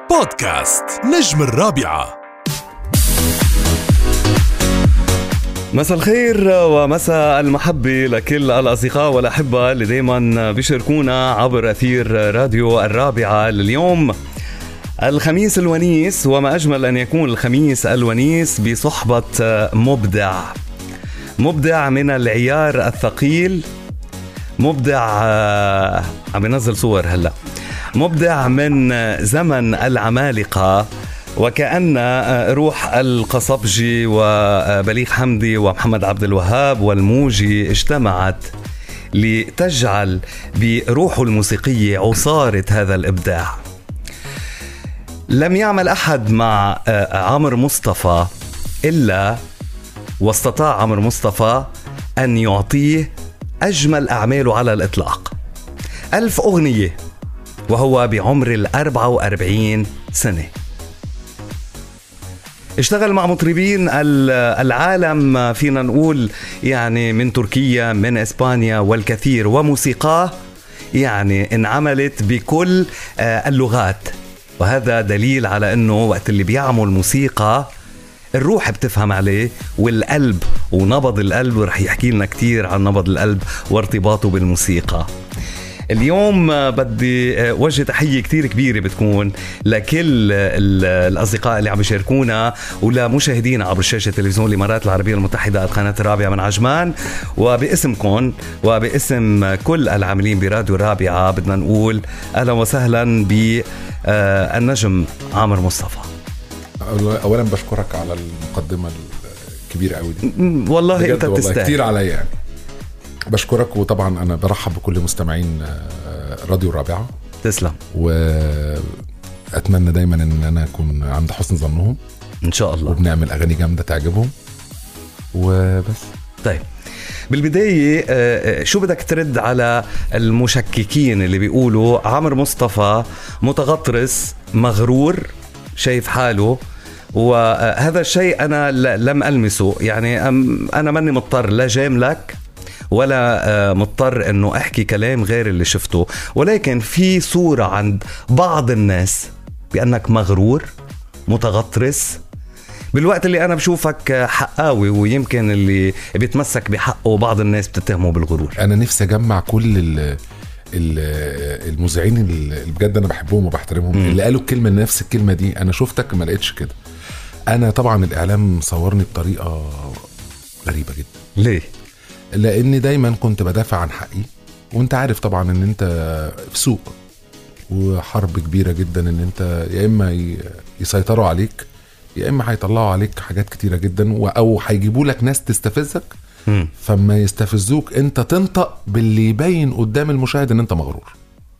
بودكاست نجم الرابعة. مساء الخير ومساء المحبة لكل الأصدقاء والأحبة اللي دايما بيشاركونا عبر أثير راديو الرابعة. اليوم الخميس الونيس، وما أجمل أن يكون الخميس الونيس بصحبة مبدع من العيار الثقيل، مبدع عم ينزل صور هلأ، مبدع من زمن العمالقة، وكأن روح القصبجي وبليغ حمدي ومحمد عبد الوهاب والموجي اجتمعت لتجعل بروحه الموسيقية عصارة هذا الإبداع. لم يعمل أحد مع عمرو مصطفى إلا واستطاع عمرو مصطفى أن يعطيه أجمل أعماله على الإطلاق، 1000 أغنية وهو بعمر 44 سنة. اشتغل مع مطربين العالم، فينا نقول يعني من تركيا، من إسبانيا والكثير، وموسيقاه يعني انعملت بكل اللغات، وهذا دليل على أنه وقت اللي بيعمل موسيقى الروح بتفهم عليه، والقلب ونبض القلب، ورح يحكي لنا كتير عن نبض القلب وارتباطه بالموسيقى. اليوم بدي وجه تحية كتير كبيرة بتكون لكل الأصدقاء اللي عم يشاركونا ولمشاهدينا عبر شاشة تلفزيون الإمارات العربية المتحدة القناة الرابعة من عجمان، وباسمكم وباسم كل العاملين براديو الرابعة بدنا نقول أهلا وسهلا بالنجم عمرو مصطفى. أولا بشكرك على المقدمة الكبيرة قوي دي، والله أنت بتستاهل كتير عليا يعني. بشكرك، وطبعا أنا برحب بكل مستمعين راديو الرابعة. تسلم، وأتمنى دايما أن أنا أكون عند حسن ظنهم إن شاء الله، وبنعمل أغاني جامدة تعجبهم وبس. طيب، بالبداية شو بدك ترد على المشككين اللي بيقولوا عمرو مصطفى متغطرس مغرور شايف حاله؟ وهذا الشيء أنا لم ألمسه، يعني أنا ماني مضطر لا جاملك ولا مضطر أنه أحكي كلام غير اللي شفته، ولكن في صورة عند بعض الناس بأنك مغرور متغطرس، بالوقت اللي أنا بشوفك حقاوي، ويمكن اللي بيتمسك بحقه بعض الناس بتتهمه بالغرور. أنا نفسي أجمع كل المذيعين اللي بجد أنا بحبهم وبحترمهم اللي قالوا الكلمة نفس الكلمة دي. أنا شفتك ما لقيتش كده. أنا طبعا الإعلام صورني بطريقة غريبة جدا. ليه؟ لأني دايما كنت بدافع عن حقي، وانت عارف طبعا ان انت في سوق وحرب كبيرة جدا، ان انت يا اما يسيطروا عليك يا اما هيطلعوا عليك حاجات كتيرة جدا، او هيجيبوا لك ناس تستفزك. فما يستفزوك انت تنطق باللي يبين قدام المشاهد ان انت مغرور.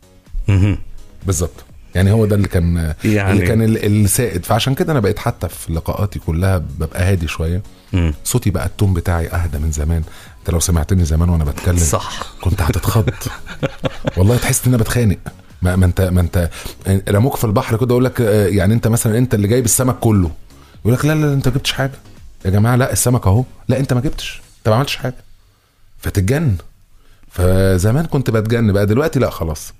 بالظبط، يعني هو ده اللي كان السائد. فعشان كده انا بقيت حتى في لقاءاتي كلها ببقى هادي شوية. صوتي بقى التون بتاعي اهدى من زمان. انت لو سمعتني زمان وانا بتكلم صح كنت هتتخض والله، تحس ان انا بتخانق. ما انت رموك في البحر كده، اقول لك يعني انت مثلا انت اللي جايب السمك كله، يقول لك لا انت ما جبتش حاجه يا جماعه، لا السمك اهو، لا انت ما جبتش، انت ما عملتش حاجه، فتتجن. فزمان كنت بتجن، بقى دلوقتي لا خلاص.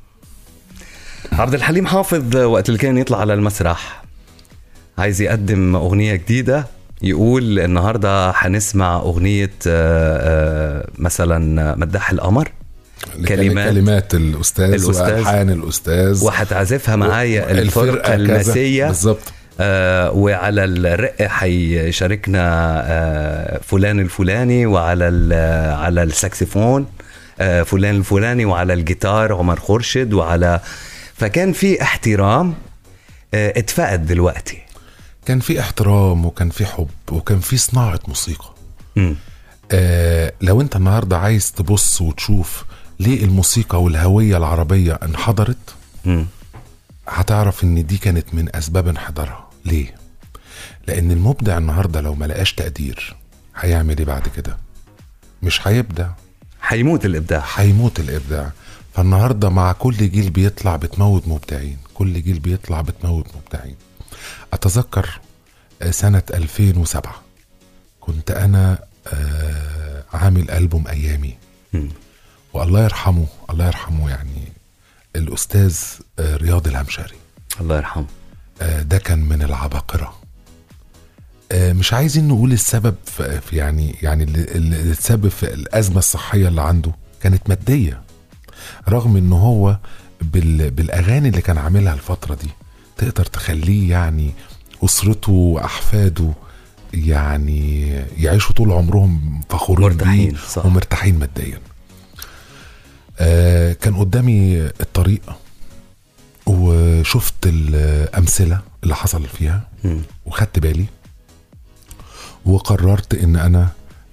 عبد الحليم حافظ وقت اللي كان يطلع على المسرح عايز يقدم أغنية جديدة، يقول النهاردة حنسمع أغنية مثلا مداح القمر، كلمات الأستاذ وألحان الأستاذ، وحتعزفها معايا الفرقة المسية بالضبط. وعلى الرق حيشاركنا فلان الفلاني، وعلى على الساكسفون فلان الفلاني، وعلى الجيتار عمر خورشد، فكان في احترام اتفقد دلوقتي. كان في احترام وكان في حب وكان في صناعة موسيقى. لو انت النهاردة عايز تبص وتشوف ليه الموسيقى والهوية العربية انحدرت، هتعرف ان دي كانت من اسباب انحدارها. ليه؟ لان المبدع النهاردة لو ما لقاش تقدير هيعمل ايه بعد كده؟ مش هيبدع، هيموت الابداع. فالنهاردة مع كل جيل بيطلع بتموت مبدعين، كل جيل بيطلع بتموت مبدعين. أتذكر سنة 2007 كنت أنا عامل ألبوم أيامي، والله يرحمه يعني الأستاذ رياض الهمشاري، الله يرحمه. ده كان من العباقرة. مش عايزين نقول السبب في يعني اللي تسبب في الأزمة الصحية اللي عنده كانت مادية، رغم انه هو بالأغاني اللي كان عاملها الفترة دي تقدر تخليه يعني أسرته وأحفاده يعني يعيشوا طول عمرهم فخورين مرتاحين ومرتاحين ماديا. كان قدامي الطريق وشفت الأمثلة اللي حصل فيها وخدت بالي وقررت ان انا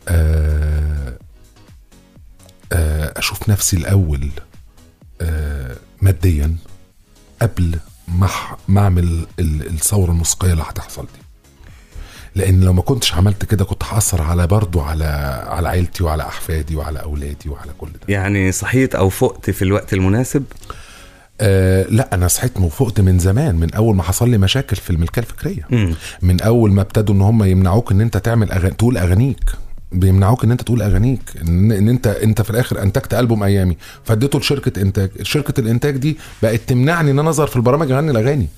اشوف نفسي الاول ماديا قبل ما اعمل الثورة الموسيقية اللي هتحصل دي، لان لو ما كنتش عملت كده كنت هأثر على برضو على عيلتي وعلى احفادي وعلى اولادي وعلى كل ده. يعني صحيت او فقت في الوقت المناسب؟ لا انا صحيت وفقت من زمان، من اول ما حصل لي مشاكل في الملكية الفكرية. من اول ما ابتدوا ان هم يمنعوك ان انت تعمل تقول اغانيك، بيمنعوك ان انت تقول اغانيك، ان انت في الاخر انتجت البوم ايامي فاديته لشركة انتاج، شركة الانتاج دي بقت تمنعني ان انا اظهر في البرامج اغني الاغاني.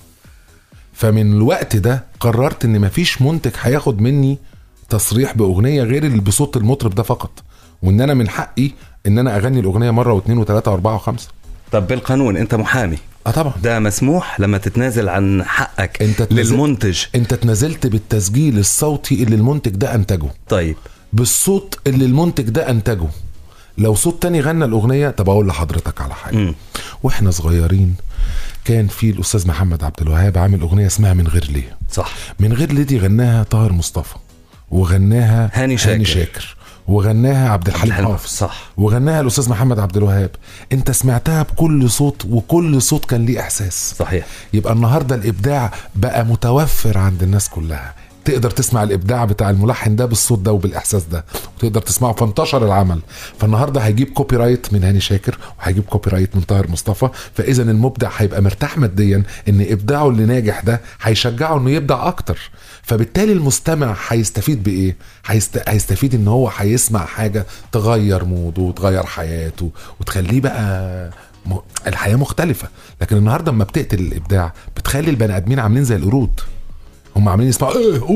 فمن الوقت ده قررت ان مفيش منتج هياخد مني تصريح باغنية غير اللي بصوت المطرب ده فقط، وان انا من حقي ان انا اغني الاغنية مرة واثنين وثلاثة واربعة وخمسة. طب بالقانون انت محامي؟ طبعا ده مسموح لما تتنازل عن حقك للمنتج؟ انت تنازلت بالتسجيل الصوتي اللي المنتج ده انتجه، طيب بالصوت اللي المنتج ده انتجه. لو صوت تاني غنى الاغنية، طب اقول لحضرتك على حاجة. واحنا صغيرين كان في الاستاذ محمد عبد الوهاب عامل اغنية اسمها من غير ليه. صح. من غير ليه دي غناها طاهر مصطفى، وغناها هاني شاكر، وغناها عبد الحليم حافظ، صح، وغناها الاستاذ محمد عبد الوهاب. انت سمعتها بكل صوت، وكل صوت كان ليه احساس. صحيح. يبقى النهارده الابداع بقى متوفر عند الناس كلها، تقدر تسمع الابداع بتاع الملحن ده بالصوت ده وبالاحساس ده، وتقدر تسمعه فانتشر العمل. فالنهارده هيجيب كوبي رايت من هاني شاكر، وهيجيب كوبي رايت من طاهر مصطفى. فاذا المبدع هيبقى مرتاح ماديا ان ابداعه اللي ناجح ده هيشجعه انه يبدع اكتر. فبالتالي المستمع هيستفيد بايه؟ هيستفيد ان هو هيسمع حاجه تغير موده وتغير حياته وتخليه بقى الحياه مختلفه. لكن النهارده لما بتقتل الابداع بتخلي البني ادمين عاملين زي القرود، هم عاملين يسمعوا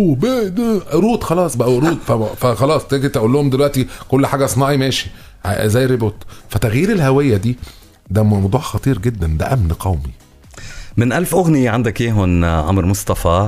قرود، خلاص بقى قرود. فخلاص تيجي تقول لهم دلوقتي كل حاجه صناعي ماشي زي ريبوت. فتغيير الهويه دي ده موضوع خطير جدا، ده امن قومي. من 1000 اغنيه عندك اياهم عمرو مصطفى،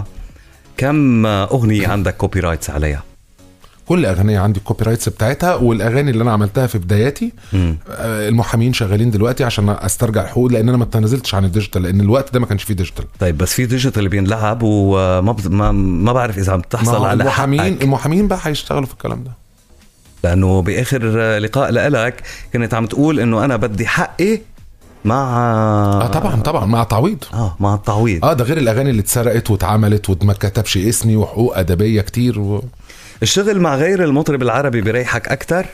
كم اغنيه عندك كوبي رايتس عليها؟ كل اغنيه عندي الكوبي رايتس بتاعتها، والاغاني اللي انا عملتها في بداياتي المحامين شغالين دلوقتي عشان استرجع الحقوق، لان انا ما تنازلتش عن الديجيتال، لان الوقت ده ما كانش فيه ديجيتال. طيب بس في ديجيتال بينلعب وما ما بعرف اذا عم تحصل على المحامين بقى هيشتغلوا في الكلام ده، لانه باخر لقاء لك كنت عم تقول انه انا بدي حقي مع طبعا مع تعويض. مع التعويض. ده غير الاغاني اللي اتسرقت واتعملت وما كتبش اسمي وحقوق ادبيه كتير الشغل مع غير المطرب العربي بريحك اكتر؟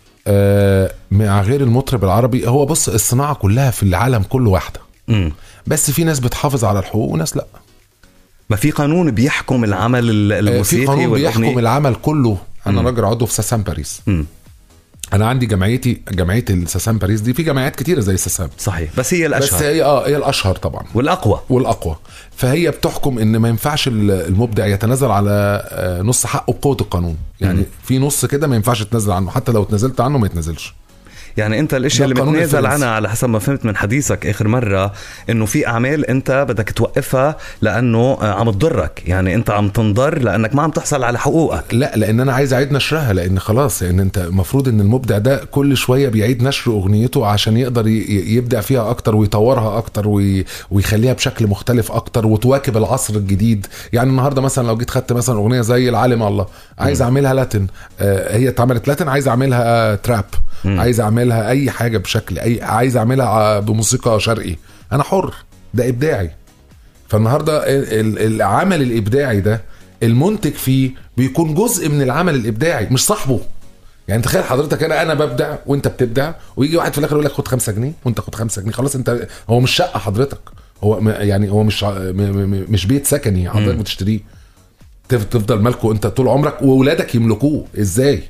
مع غير المطرب العربي، هو بص الصناعه كلها في العالم كله واحده. بس في ناس بتحافظ على الحقوق وناس لا. ما في قانون بيحكم العمل الموسيقي؟ في قانون بيحكم العمل كله. انا راجل عضو في ساسام باريس. انا عندي جمعيه الساسام باريس دي، في جمعيات كتيره زي الساسام. صحيح، بس هي الاشهر. بس هي الاشهر طبعا والاقوى. فهي بتحكم ان ما ينفعش المبدع يتنازل على نص حقه بقوه القانون. يعني في نص كده ما ينفعش تنزل عنه، حتى لو تنزلت عنه ما يتنزلش. يعني انت الاشياء اللي بتنازل عنها على حسب ما فهمت من حديثك اخر مرة، انه في اعمال انت بدك توقفها لانه عم تضرك، يعني انت عم تنضر لانك ما عم تحصل على حقوقك. لا، لان انا عايز اعيد نشرها، لان خلاص يعني انت المفروض ان المبدع ده كل شوية بيعيد نشر اغنيته عشان يقدر يبدع فيها اكتر ويطورها اكتر ويخليها بشكل مختلف اكتر وتواكب العصر الجديد. يعني النهاردة مثلا لو جيت خدت مثلا اغنية زي العالم الله، عايز اعملها لاتن، هي اتعملت لاتن، عايز اعملها تراب، عايز اعملها اي حاجه بشكل عايز اعملها بموسيقى شرقي، انا حر، ده ابداعي. فالنهارده العمل الابداعي ده المنتج فيه بيكون جزء من العمل الابداعي مش صاحبه. يعني تخيل حضرتك انا ببدع وانت بتبدع، ويجي واحد في الاخر يقول لك خد 5 جنيه وانت خد 5 جنيه، خلاص انت هو مش شقه حضرتك، هو يعني هو مش بيت سكني حضرتك بتشتريه تفضل مالكه انت طول عمرك واولادك يملكوه. ازاي؟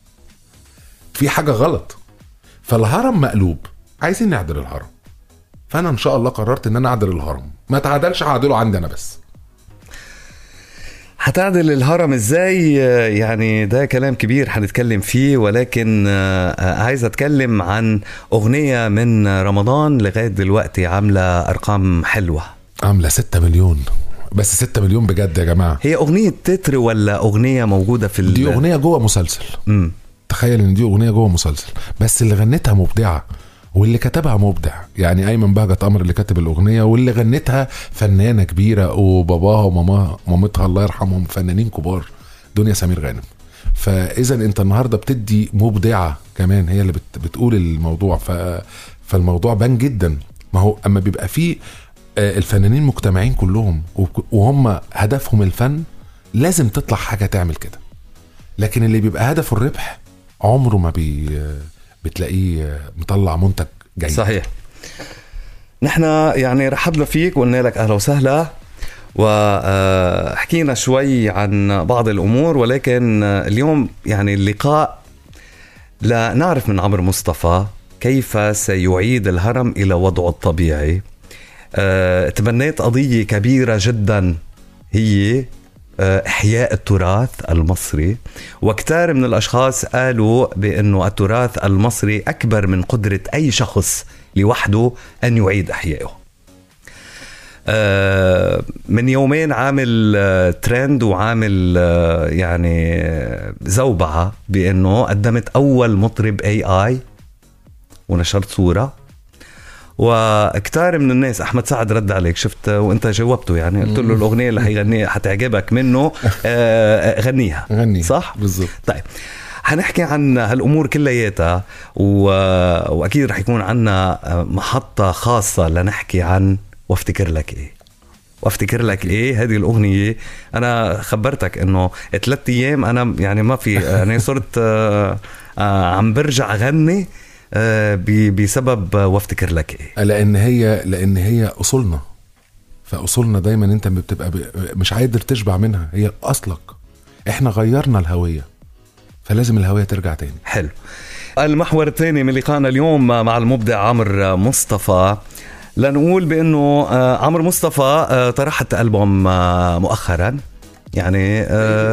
في حاجة غلط. فالهرم مقلوب، عايزين نعدل الهرم. فانا ان شاء الله قررت ان انا اعدل الهرم. ما تعدلش هعدله عندي انا بس. هتعدل الهرم ازاي؟ يعني ده كلام كبير هنتكلم فيه، ولكن عايز اتكلم عن اغنية من رمضان لغاية دلوقتي عاملة ارقام حلوة، عاملة 6 مليون. بس 6 مليون بجد يا جماعة. هي اغنية تتر ولا اغنية موجودة في دي اغنية جوه مسلسل. تخيل ان دي اغنية جوه مسلسل، بس اللي غنتها مبدعة واللي كتبها مبدع. يعني ايمن بهجت قمر اللي كتب الاغنيه، واللي غنتها فنانه كبيره، وباباها ومامتها الله يرحمهم فنانين كبار، دنيا سمير غانم. فاذا انت النهارده بتدي مبدعه كمان هي اللي بتقول الموضوع. فالموضوع بان جدا. ما هو اما بيبقى فيه الفنانين مجتمعين كلهم وهم هدفهم الفن، لازم تطلع حاجه تعمل كده. لكن اللي بيبقى هدفه الربح عمره ما بتلاقيه مطلع منتج جيد. صحيح. نحن يعني رحبنا فيك وقلنا لك أهلا وسهلا، وحكينا شوي عن بعض الأمور، ولكن اليوم يعني اللقاء لنعرف من عمرو مصطفى كيف سيعيد الهرم إلى وضعه الطبيعي. تبنيت قضية كبيرة جدا هي إحياء التراث المصري، وكتار من الأشخاص قالوا بأنه التراث المصري أكبر من قدرة أي شخص لوحده أن يعيد إحيائه. من يومين عامل ترند وعامل يعني زوبعة بأنه قدمت أول مطرب AI ونشرت صورة، وكتار من الناس أحمد سعد رد عليك، شفت وانت جاوبته، يعني قلت له الأغنية اللي هيغنيها حتعجبك منه غنيها. صح؟ بالضبط. طيب هنحكي عن هالأمور كلياتها، وأكيد رح يكون عنا محطة خاصة لنحكي عن وافتكر لك إيه. وافتكر لك إيه هذه الأغنية، أنا خبرتك إنه 3 أيام أنا يعني ما في يعني صرت عم برجع أغني بسبب وافتكر لك إيه. لأن هي أصولنا، فأصولنا دايما أنت بتبقى مش قادر تشبع منها، هي أصلك. إحنا غيرنا الهوية، فلازم الهوية ترجع تاني. حلو. المحور الثاني من لقائنا اليوم مع المبدع عمرو مصطفى، لنقول بأنه عمرو مصطفى طرحت ألبوم مؤخرا، يعني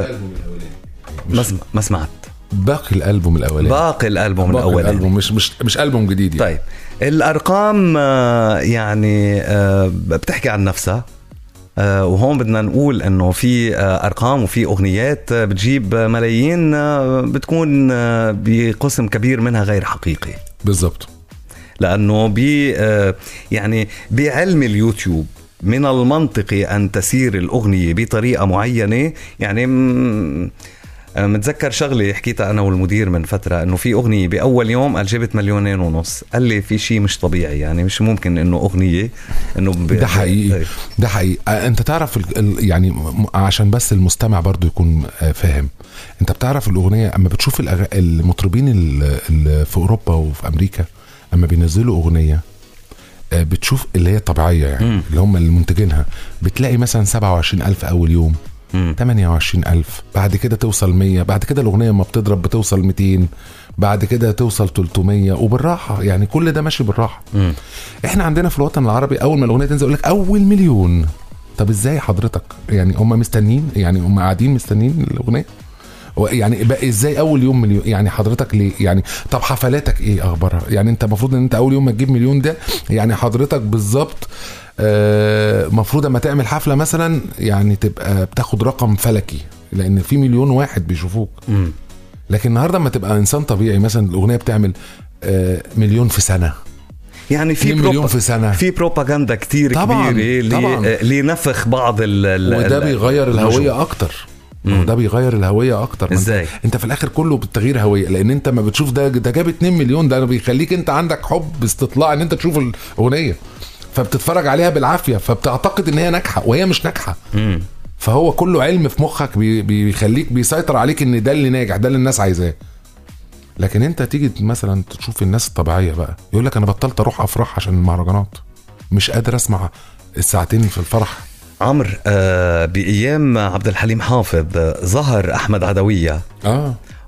ما سمعت باقي الألبوم الأولاني مش ألبوم جديد يعني. طيب الأرقام يعني بتحكي عن نفسها، وهون بدنا نقول انه في ارقام وفي اغنيات بتجيب ملايين بتكون بقسم كبير منها غير حقيقي. بالضبط. لانه يعني بعلم اليوتيوب من المنطقي ان تسير الاغنيه بطريقه معينه. يعني متذكر شغلي حكيتها انا والمدير من فتره، انه في اغنيه باول يوم قال جبت 2.5 مليون، قال لي في شيء مش طبيعي، يعني مش ممكن انه اغنيه انه ده حقيقي. ده حقيقي. انت تعرف يعني عشان بس المستمع برضو يكون فاهم، انت بتعرف الاغنيه اما بتشوف المطربين اللي في اوروبا وفي امريكا اما بينزلوا اغنيه بتشوف اللي هي طبيعيه، يعني اللي هم اللي منتجينها، بتلاقي مثلا 27,000 اول يوم، 28,000، بعد كده توصل 100، بعد كده الأغنية ما بتضرب بتوصل 200، بعد كده توصل 300، وبالراحة يعني كل ده ماشي بالراحة. احنا عندنا في الوطن العربي أول ما الأغنية تنزل يقولك أول 1,000,000. طب ازاي حضرتك؟ يعني هم مستنين، يعني هم قاعدين مستنين الأغنية، يعني بقى ازاي أول يوم 1,000,000؟ يعني حضرتك ليه؟ يعني طب حفلاتك ايه أخبارها؟ يعني انت مفروض ان انت أول يوم ما تجيب 1,000,000 ده، يعني حضرتك بالظبط مفروض اما تعمل حفلة مثلا يعني تبقى بتاخد رقم فلكي، لان في 1,000,000 واحد بيشوفوك. لكن النهاردة اما تبقى انسان طبيعي مثلا الاغنية بتعمل 1,000,000 في سنة، يعني في 1,000,000 في سنة، في بروباغندا كتير كبيرة لنفخ بعض وده بيغير الهوية اكتر. وده بيغير الهوية اكتر. ازاي؟ انت في الاخر كله بالتغيير هوية، لان انت ما بتشوف ده جاب 2 مليون، ده بيخليك انت عندك حب استطلاع ان انت تشوف الاغنية، فبتتفرج عليها بالعافية، فبتعتقد ان هي ناجحة وهي مش ناجحة. فهو كله علم في مخك بيخليك بيسيطر عليك ان ده اللي ناجح، ده اللي الناس عايزاه. لكن انت تيجي مثلا تشوف الناس الطبيعية بقى، يقول لك انا بطلت اروح افراح عشان المهرجانات، مش قادر اسمع الساعتين في الفرح. عمرو بأيام عبد الحليم حافظ ظهر أحمد عدوية،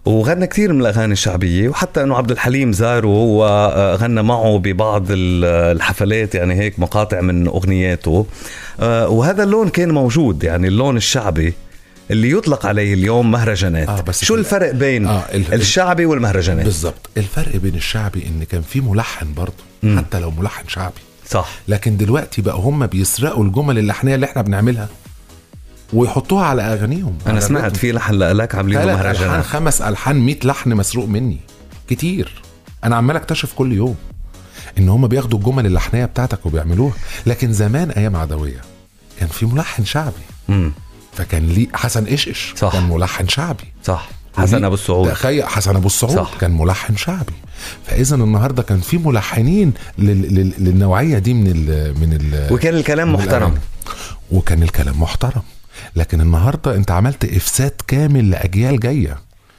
وغنى كثير من الأغاني الشعبية، وحتى أنه عبد الحليم زاره وغنى معه ببعض الحفلات، يعني هيك مقاطع من أغنياته. وهذا اللون كان موجود، يعني اللون الشعبي اللي يطلق عليه اليوم مهرجانات. بس شو الفرق بين الشعبي والمهرجانات؟ بالضبط، الفرق بين الشعبي إن كان في ملحن برضه، حتى لو ملحن شعبي صح. لكن دلوقتي بقى هم بيسرقوا الجمل اللحنية اللي احنا بنعملها ويحطوها على أغانيهم. أنا سمعت في لحن لك عاملينه مهرجانات، 5 ألحان 100 لحن مسروق مني كتير. أنا عمال أكتشف كل يوم إن هم بياخدوا الجمل اللحنية بتاعتك وبيعملوها. لكن زمان أيام عدوية كان في ملحن شعبي، فكان ليه حسن إشش صح. كان ملحن شعبي صح. حسن أبو السعود، تخيل حسن أبو السعود صح. كان ملحن شعبي. فإذا النهاردة كان في ملحنين للنوعية دي من وكان الكلام محترم، وكان الكلام محترم. لكن النهاردة انت عملت إفساد كامل لأجيال جاية.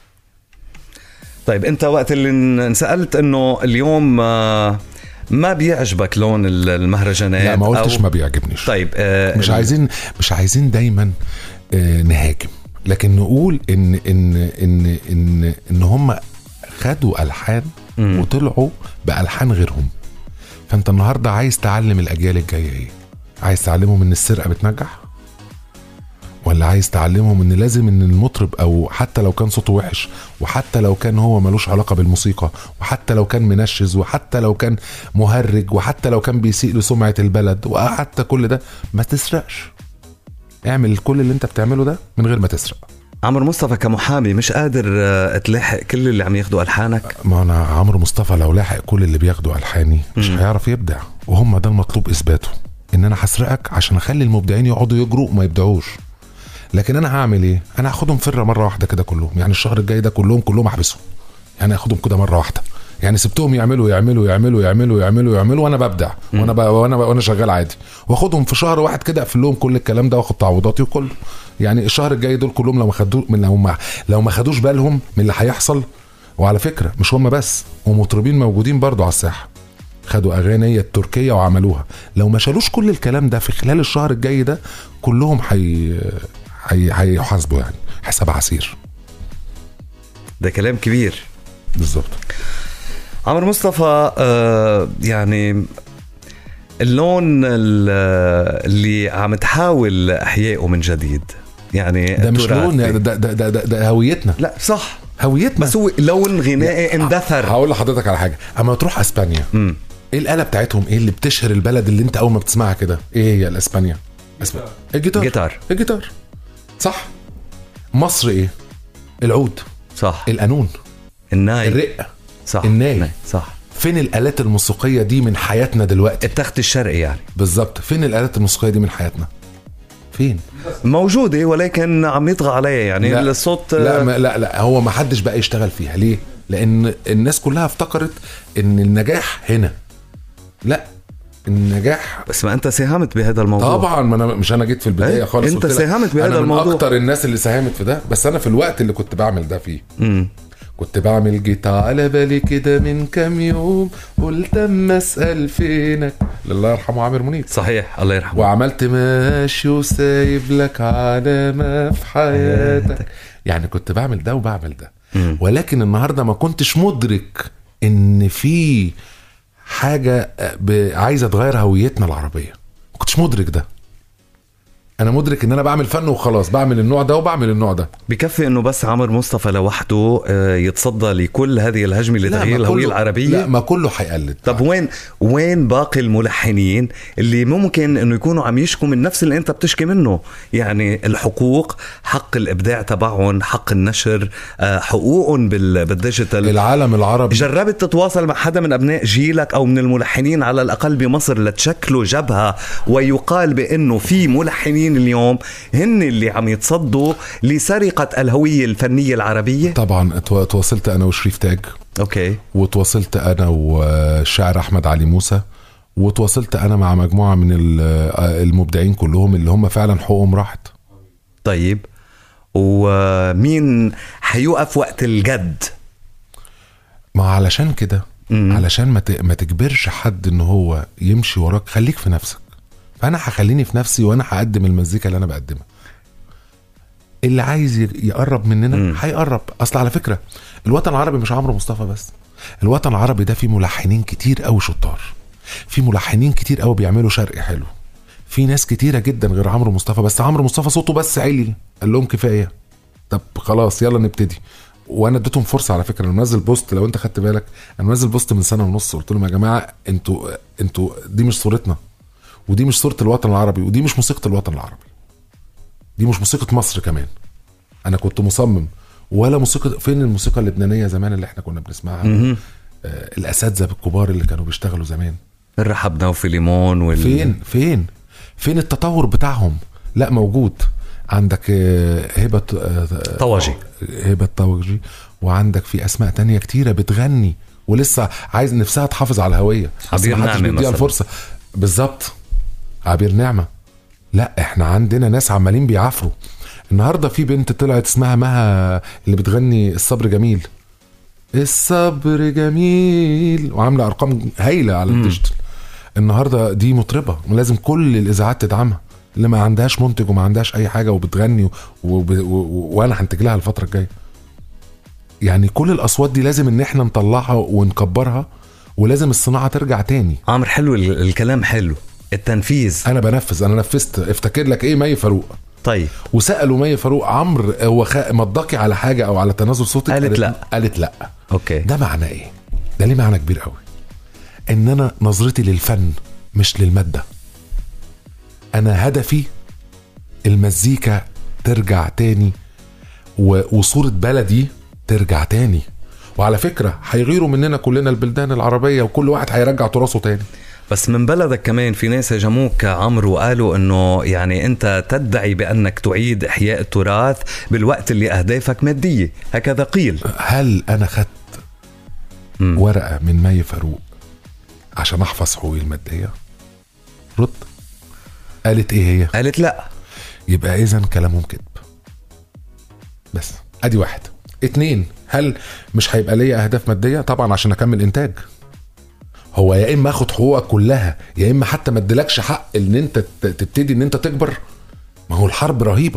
طيب انت وقت اللي انسألت انه اليوم ما بيعجبك لون المهرجانات؟ لا، ما قلتش ما بيعجبنيش. طيب مش عايزين دايما نهاجم، لكن نقول ان هم خدوا ألحان وطلعوا بألحان غيرهم. فانت النهاردة عايز تعلم الأجيال الجاية ايه؟ عايز تعلمهم ان السرقة بتنجح، ولا عايز تعلمهم ان لازم ان المطرب او حتى لو كان صوته وحش، وحتى لو كان هو ملوش علاقة بالموسيقى، وحتى لو كان منشز، وحتى لو كان مهرج، وحتى لو كان بيسيء لسمعة البلد، وحتى كل ده ما تسرقش. اعمل كل اللي انت بتعمله ده من غير ما تسرق. عمرو مصطفى كمحامي مش قادر تلاحق كل اللي عم ياخدوا ألحانك؟ ما انا عمرو مصطفى لو لاحق كل اللي بياخدوا ألحاني مش هيعرف يبدع، وهم ده المطلوب اثباته، ان انا هسرقك عشان اخلي المبدعين يقعدوا يجروا وما يبدعوش. لكن انا هعمل ايه؟ انا هاخدهم فرة مرة واحدة كده كلهم، يعني الشهر الجاي ده كلهم احبسهم، يعني هاخدهم كده مرة واحدة، يعني سبتهم يعملوا وانا ببدع وانا شغال عادي، واخدهم في شهر واحد كده اقفل لهم كل الكلام ده واخد تعويضاتي وكله. يعني الشهر الجاي دول كلهم لو ما خدوش بالهم من اللي هيحصل. وعلى فكرة مش هم بس، ومطربين موجودين برضو على الساحة خدوا اغاني التركية وعملوها، لو ما شالوش كل الكلام ده في خلال الشهر الجاي ده كلهم هيحاسبوا، يعني حساب عسير. ده كلام كبير بالظبط. عمرو مصطفى، يعني اللون اللي عم تحاول احيائه من جديد، يعني ده مش لون، ده هويتنا. لا صح، هويتنا، بس هو لون غنائي اندثر. هقول لحضرتك على حاجه، اما تروح اسبانيا ايه الآلة بتاعتهم؟ ايه اللي بتشهر البلد اللي انت اول ما بتسمعها كده؟ ايه هي الاسبانيا؟ الجيتار صح. مصر ايه؟ العود صح، القانون، الناي، الرقة صح، الناي صح. فين الآلات الموسيقية دي من حياتنا دلوقتي؟ التخت الشرقي يعني بالظبط. فين الآلات الموسيقية دي من حياتنا؟ فين؟ موجودة ولكن عم يطغى عليها، يعني لا الصوت لا هو ما حدش بقى يشتغل فيها. ليه؟ لأن الناس كلها افتكرت ان النجاح هنا. لا، النجاح بس ما انت ساهمت بهذا الموضوع طبعا. ما انا مش انا جيت في البداية خالص، انت ساهمت بهذا الموضوع. انا اكتر الناس اللي ساهمت في ده، بس انا في الوقت اللي كنت بعمل ده فيه كنت بعمل جيت على بالي كده من كام يوم، قلت اما اسال فينك، الله يرحمه عامر منيب. صحيح، الله يرحمه. وعملت ماشي وسايب لك علامة في حياتك. يعني كنت بعمل ده وبعمل ده. ولكن النهاردة ما كنتش مدرك ان في حاجة عايزة تغير هويتنا العربية. ما كنتش مدرك ده. انا مدرك ان انا بعمل فن وخلاص، بعمل النوع ده وبعمل النوع ده. بكفي انه بس عمرو مصطفى لوحده يتصدى لكل هذه الهجمه لتغيير الهويه العربيه؟ لا، ما كله هيقلد. طب وين باقي الملحنين اللي ممكن انه يكونوا عم يشكوا من نفس اللي انت بتشكي منه؟ يعني الحقوق، حق الابداع تبعهم، حق النشر، حقوقهم بالديجيتال. العالم العربي، جربت تتواصل مع حدا من ابناء جيلك او من الملحنين على الاقل بمصر لتشكلوا جبهه ويقال بانه في ملحنين اليوم هن اللي عم يتصدوا لسرقة الهوية الفنية العربية؟ طبعا تواصلت أنا وشريف تاج، أوكي، وتواصلت أنا والشاعر أحمد علي موسى، وتواصلت أنا مع مجموعة من المبدعين كلهم اللي هم فعلا حقوقهم راحت. طيب، ومين حيوقف وقت الجد؟ ما علشان كده، علشان ما تجبرش حد إن هو يمشي وراك، خليك في نفسك. فأنا هخليني في نفسي وأنا هقدم المزيكا اللي أنا بقدمها. اللي عايز يقرب مننا هيقرب. اصل على فكره الوطن العربي مش عمرو مصطفى بس، الوطن العربي ده فيه ملحنين كتير قوي شطار، في ملحنين كتير قوي بيعملوا شرقي حلو، في ناس كتيره جدا غير عمرو مصطفى. بس عمرو مصطفى صوته بس عالي، قال لهم كفايه، طب خلاص يلا نبتدي. وانا اديتهم فرصه على فكره. انا منزل بوست، لو انت خدت بالك انا منزل بوست من سنه ونص، قلت لهم يا جماعه انتوا دي مش صورتنا، ودي مش صوره الوطن العربي، ودي مش موسيقى الوطن العربي، دي مش موسيقى مصر كمان. انا كنت مصمم، ولا موسيقى. فين الموسيقى اللبنانيه زمان اللي احنا كنا بنسمعها؟ الاساتذه الكبار اللي كانوا بيشتغلوا زمان، الرحب نوفي ليمون فين التطور بتاعهم؟ لا موجود. عندك هبه طواجي، وعندك في اسماء تانية كتيره بتغني ولسه عايز نفسها تحافظ على الهويه، عبير نعمة مثلا الفرصه. بالظبط، عبير نعمة. لا احنا عندنا ناس عمالين بيعافروا. النهارده في بنت طلعت اسمها مها اللي بتغني الصبر جميل، الصبر جميل، وعامله ارقام هايله على الديجيتال. النهارده دي مطربه ولازم كل الاذاعات تدعمها، اللي ما عندهاش منتج وما عندهاش اي حاجه وبتغني وانا هنتج لها الفتره الجايه. يعني كل الاصوات دي لازم ان احنا نطلعها ونكبرها، ولازم الصناعه ترجع تاني. عمر حلو الكلام، حلو التنفيذ. انا نفذت. افتكر لك ايه مي فاروق؟ طيب وسالوا مي فاروق عمرو هو مضاكي على حاجه او على تنازل صوتك؟ قالت لا. اوكي، ده معناه ايه؟ ده ليه معنى كبير قوي. ان انا نظرتي للفن مش للماده، انا هدفي المزيكا ترجع تاني وصورة بلدي ترجع تاني. وعلى فكرة هيغيروا مننا كلنا البلدان العربية، وكل واحد هيرجع تراثه تاني. بس من بلدك كمان في ناس هجموك عمرو وقالوا انه يعني انت تدعي بانك تعيد احياء التراث بالوقت اللي اهدافك مادية، هكذا قيل. هل انا خدت ورقة من مي فاروق عشان احفظ حقوقي المادية؟ رد. قالت ايه هي؟ قالت لا. يبقى اذن كلامهم كذب. بس ادي واحد. 2، هل مش هيبقى ليا اهداف مادية؟ طبعا عشان اكمل انتاج. هو يا اما اخد حقوقك كلها، يا اما حتى ما ادلكش حق ان انت تبتدي ان انت تكبر. ما هو الحرب رهيبة،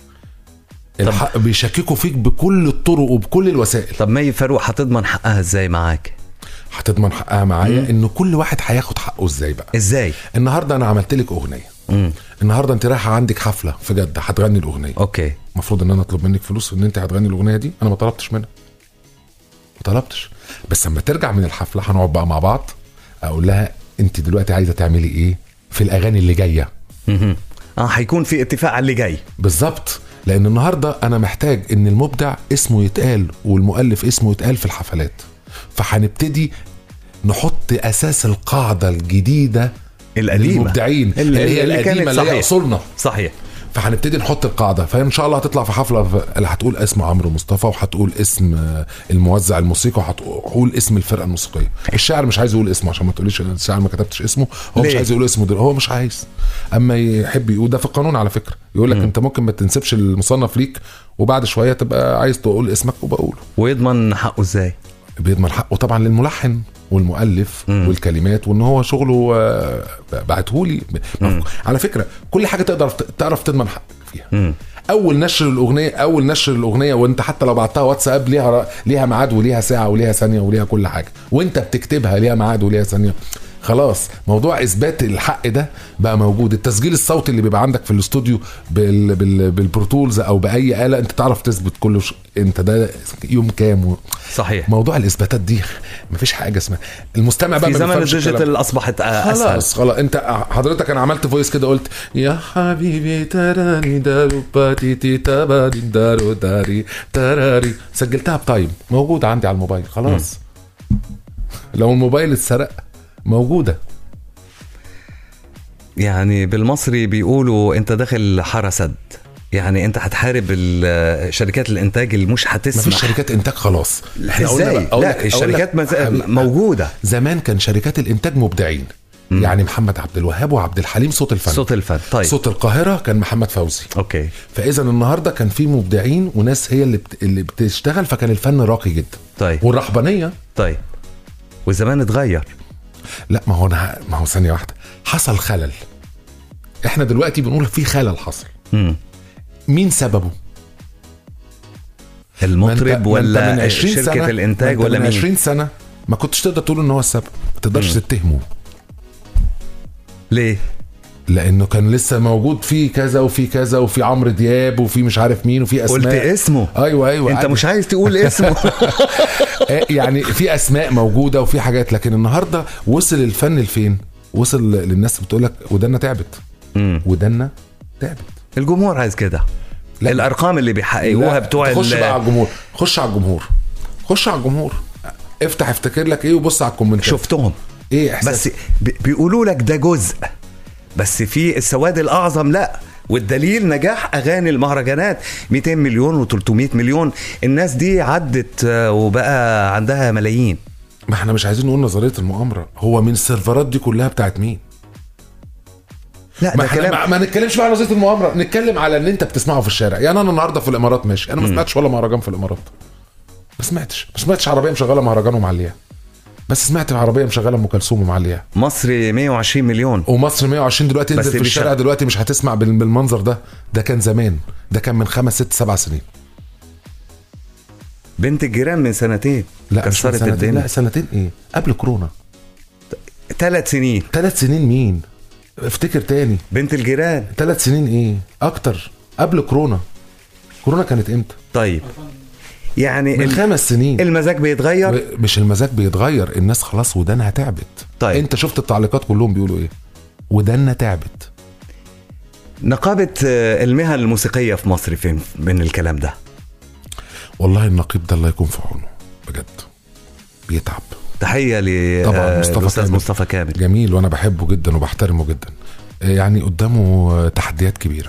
الحق بيشككوا فيك بكل الطرق وبكل الوسائل. طب مي فاروق هتضمن حقها ازاي معاك؟ هتضمن حقها معايا انه كل واحد هياخد حقه. ازاي بقى؟ ازاي؟ النهارده انا عملت لك اغنيه، النهارده انت رايحه عندك حفله في جده هتغني الاغنيه. اوكي، المفروض ان انا اطلب منك فلوس ان انت هتغني الاغنيه دي؟ انا ما طلبتش منها، ما طلبتش. بس لما ترجع من الحفله هنقعد بقى مع بعض، اقول لها انت دلوقتي عايزه تعملي ايه في الاغاني اللي جايه. هيكون في اتفاق على اللي جاي. بالظبط. لان النهارده انا محتاج ان المبدع اسمه يتقال والمؤلف اسمه يتقال في الحفلات. فهنبتدي نحط اساس القاعده الجديده القديمه، المبدعين اللي هي القديمه اللي هي اصولنا. صحيح. فهنبتدي نحط القاعده. فان شاء الله هتطلع في حفله اللي هتقول اسم عمرو مصطفى، وهتقول اسم الموزع الموسيقى، وهتقول اسم الفرقه الموسيقيه. الشاعر مش عايز يقول اسمه عشان ما تقوليش ان الشاعر ما كتبتش اسمه. هو مش عايز يقول اسمه ده، هو مش عايز. اما يحب يقول ده في القانون على فكره، يقول لك انت ممكن ما تنسبش المصنف ليك، وبعد شويه تبقى عايز تقول اسمك وبقوله. ويضمن حقه ازاي؟ بيضمن حقه طبعا للملحن والمؤلف والكلمات، وان هو شغله بعتهولي. على فكره كل حاجه تعرف تضمن حقك فيها. اول نشر الاغنيه وانت حتى لو بعتها واتساب ليها ميعاد وليها ساعه وليها ثانيه وليها كل حاجه، وانت بتكتبها ليها ميعاد وليها ثانيه. خلاص موضوع اثبات الحق ده بقى موجود. التسجيل الصوتي اللي بيبقى عندك في الاستوديو بالبروتولز او باي آلة، انت تعرف تثبت كله انت ده يوم كام صحيح. موضوع الاثباتات دي مفيش حاجه اسمها. المستمع بقى في زمن الديجيتال اصبحت اسهل. خلاص انت حضرتك انا عملت فويس كده قلت يا حبيبي تراني دارو باتي تابادي دارو داري تراري، سجلتها بتايم موجوده عندي على الموبايل. خلاص لو الموبايل اتسرق موجودة. يعني بالمصري بيقولوا انت داخل حارة سد، يعني انت هتحارب شركات الانتاج اللي مش هتسمح. مفيش شركات انتاج خلاص. ازاي؟ لا الشركات موجودة. زمان كان شركات الانتاج مبدعين، يعني محمد عبد الوهاب وعبد الحليم صوت الفن. طيب. صوت القاهرة كان محمد فوزي. اوكي. فاذا النهارده كان في مبدعين وناس هي اللي بتشتغل، فكان الفن راقي جدا. طيب. والرحبانية. طيب. والزمان اتغير. لا ما هو ثانية واحدة، حصل خلل. احنا دلوقتي بنقول في خلل حصل. مين سببه؟ المطرب ولا من شركة الانتاج ولا من مين؟ 20 سنة ما كنتش تقدر تقول ان هو السبب، ما تقدرش تتهمه. ليه؟ لانه كان لسه موجود في كذا وفي كذا وفي عمرو دياب وفي مش عارف مين وفي اسماء. قلت اسمه. ايوه انت مش عايز تقول اسمه. يعني في اسماء موجوده وفي حاجات، لكن النهارده وصل الفن لفين؟ وصل للناس بتقولك ودنا تعبت. ودنا تعبت. الجمهور عايز كده. الارقام اللي بيحققوها بتوع خش بقى على الجمهور، خش على الجمهور، افتكر لك ايه وبص على الكومنتات. شفتهم ايه احساس؟ بس بيقولوا لك ده جزء، بس في السواد الاعظم لا. والدليل نجاح اغاني المهرجانات 200 مليون و300 مليون. الناس دي عدت وبقى عندها ملايين. ما احنا مش عايزين نقول نظريه المؤامره، هو من السيرفرات دي كلها بتاعت مين؟ لا ده كلام. ما نتكلمش بقى على نظريه المؤامره، نتكلم على ان انت بتسمعه في الشارع. يعني انا النهارده في الامارات ماشي، انا ما سمعتش ولا مهرجان في الامارات، ما سمعتش عربيه مشغله مهرجان ومعليها، بس سمعت عربيه مشغله ام كلثوم ومعليها. مصر 120 مليون ومصر 120 دلوقتي. انزل في الشارع دلوقتي مش هتسمع بالمنظر ده. ده كان زمان، ده كان من 5 6 7 سنين. بنت الجيران من سنتين. لا مش من سنتين. لا سنتين ايه، قبل كورونا 3 سنين. 3 سنين مين؟ افتكر تاني. بنت الجيران 3 سنين ايه اكتر، قبل كورونا. كورونا كانت امتى؟ طيب يعني من 5 سنين. المزاج بيتغير. مش المزاج بيتغير، الناس خلاص ودانها تعبت. طيب انت شفت التعليقات كلهم بيقولوا ايه؟ وداننا تعبت. نقابة المهن الموسيقية في مصر فين من الكلام ده؟ والله النقيب ده الله يكون في عونه بجد، بيتعب. تحية للأستاذ مصطفى كامل. جميل، وانا بحبه جدا وبحترمه جدا. يعني قدامه تحديات كبيرة.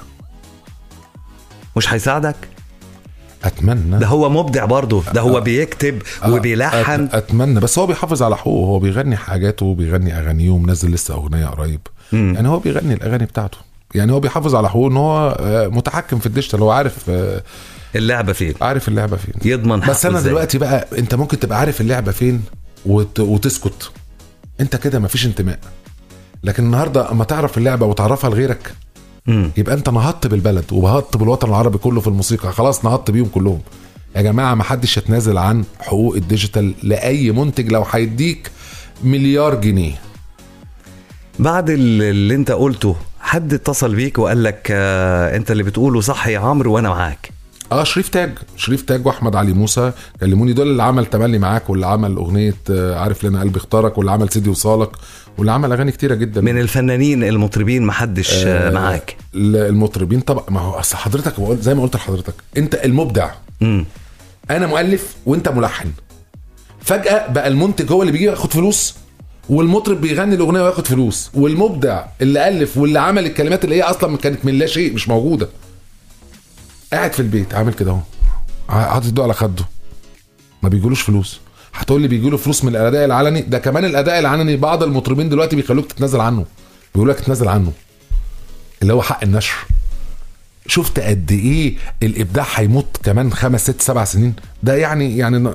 مش هيساعدك؟ اتمنى. ده هو مبدع برضه، ده هو بيكتب وبيلحن. اتمنى، بس هو بيحافظ على حقوقه. هو بيغني حاجاته وبيغني اغانيه ومنزل لسه اغنيه قريب. يعني هو بيغني الاغاني بتاعته، يعني هو بيحافظ على حقوقه. ان هو متحكم في الديجيتال، هو عارف اللعبه فين، يضمن حقه. بس انا دلوقتي بقى، انت ممكن تبقى عارف اللعبه فين وتسكت، انت كده مفيش انتماء. لكن النهارده اما تعرف اللعبه وتعرفها لغيرك، يبقى انت نهضت بالبلد وبهضت بالوطن العربي كله في الموسيقى. خلاص نهضت بيهم كلهم. يا جماعه ما حدش يتنازل عن حقوق الديجيتال لاي منتج لو هيديك مليار جنيه. بعد اللي انت قلته حد اتصل بيك وقال لك انت اللي بتقوله صح يا عمرو وانا معاك؟ شريف تاج واحمد علي موسى كلموني. دول اللي عمل تملي معاك، واللي عمل اغنيه عارف لنا قلبي اختارك، واللي عمل سيدي وصالك، واللي عمل اغاني كتيره جدا. من الفنانين المطربين محدش معاك؟ المطربين طبعا. ما هو اصل حضرتك زي ما قلت لحضرتك، انت المبدع. انا مؤلف وانت ملحن. فجاه بقى المنتج هو اللي بيجي ياخد فلوس، والمطرب بيغني الاغنيه وياخد فلوس، والمبدع اللي الف واللي عمل الكلمات اللي هي اصلا كانت من لا شيء، مش موجوده، قاعد في البيت عامل كده اهو، حاطط ايده على خده، ما بيجيلوش فلوس. هتقول لي بيجيله فلوس من الاداء العلني؟ ده كمان الاداء العلني بعض المطربين دلوقتي بيخلوك تتنازل عنه، بيقول لك تتنازل عنه، اللي هو حق النشر. شفت قد ايه الابداع هيموت كمان 5 6 7 سنين؟ ده يعني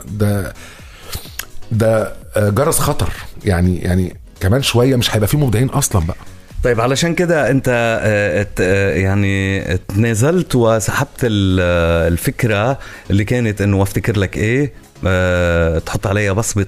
ده جرس خطر. يعني كمان شويه مش هيبقى فيه مبدعين اصلا بقى. طيب علشان كده انت يعني اتنازلت وسحبت الفكرة اللي كانت انه افتكر لك ايه، تحط عليها بصمة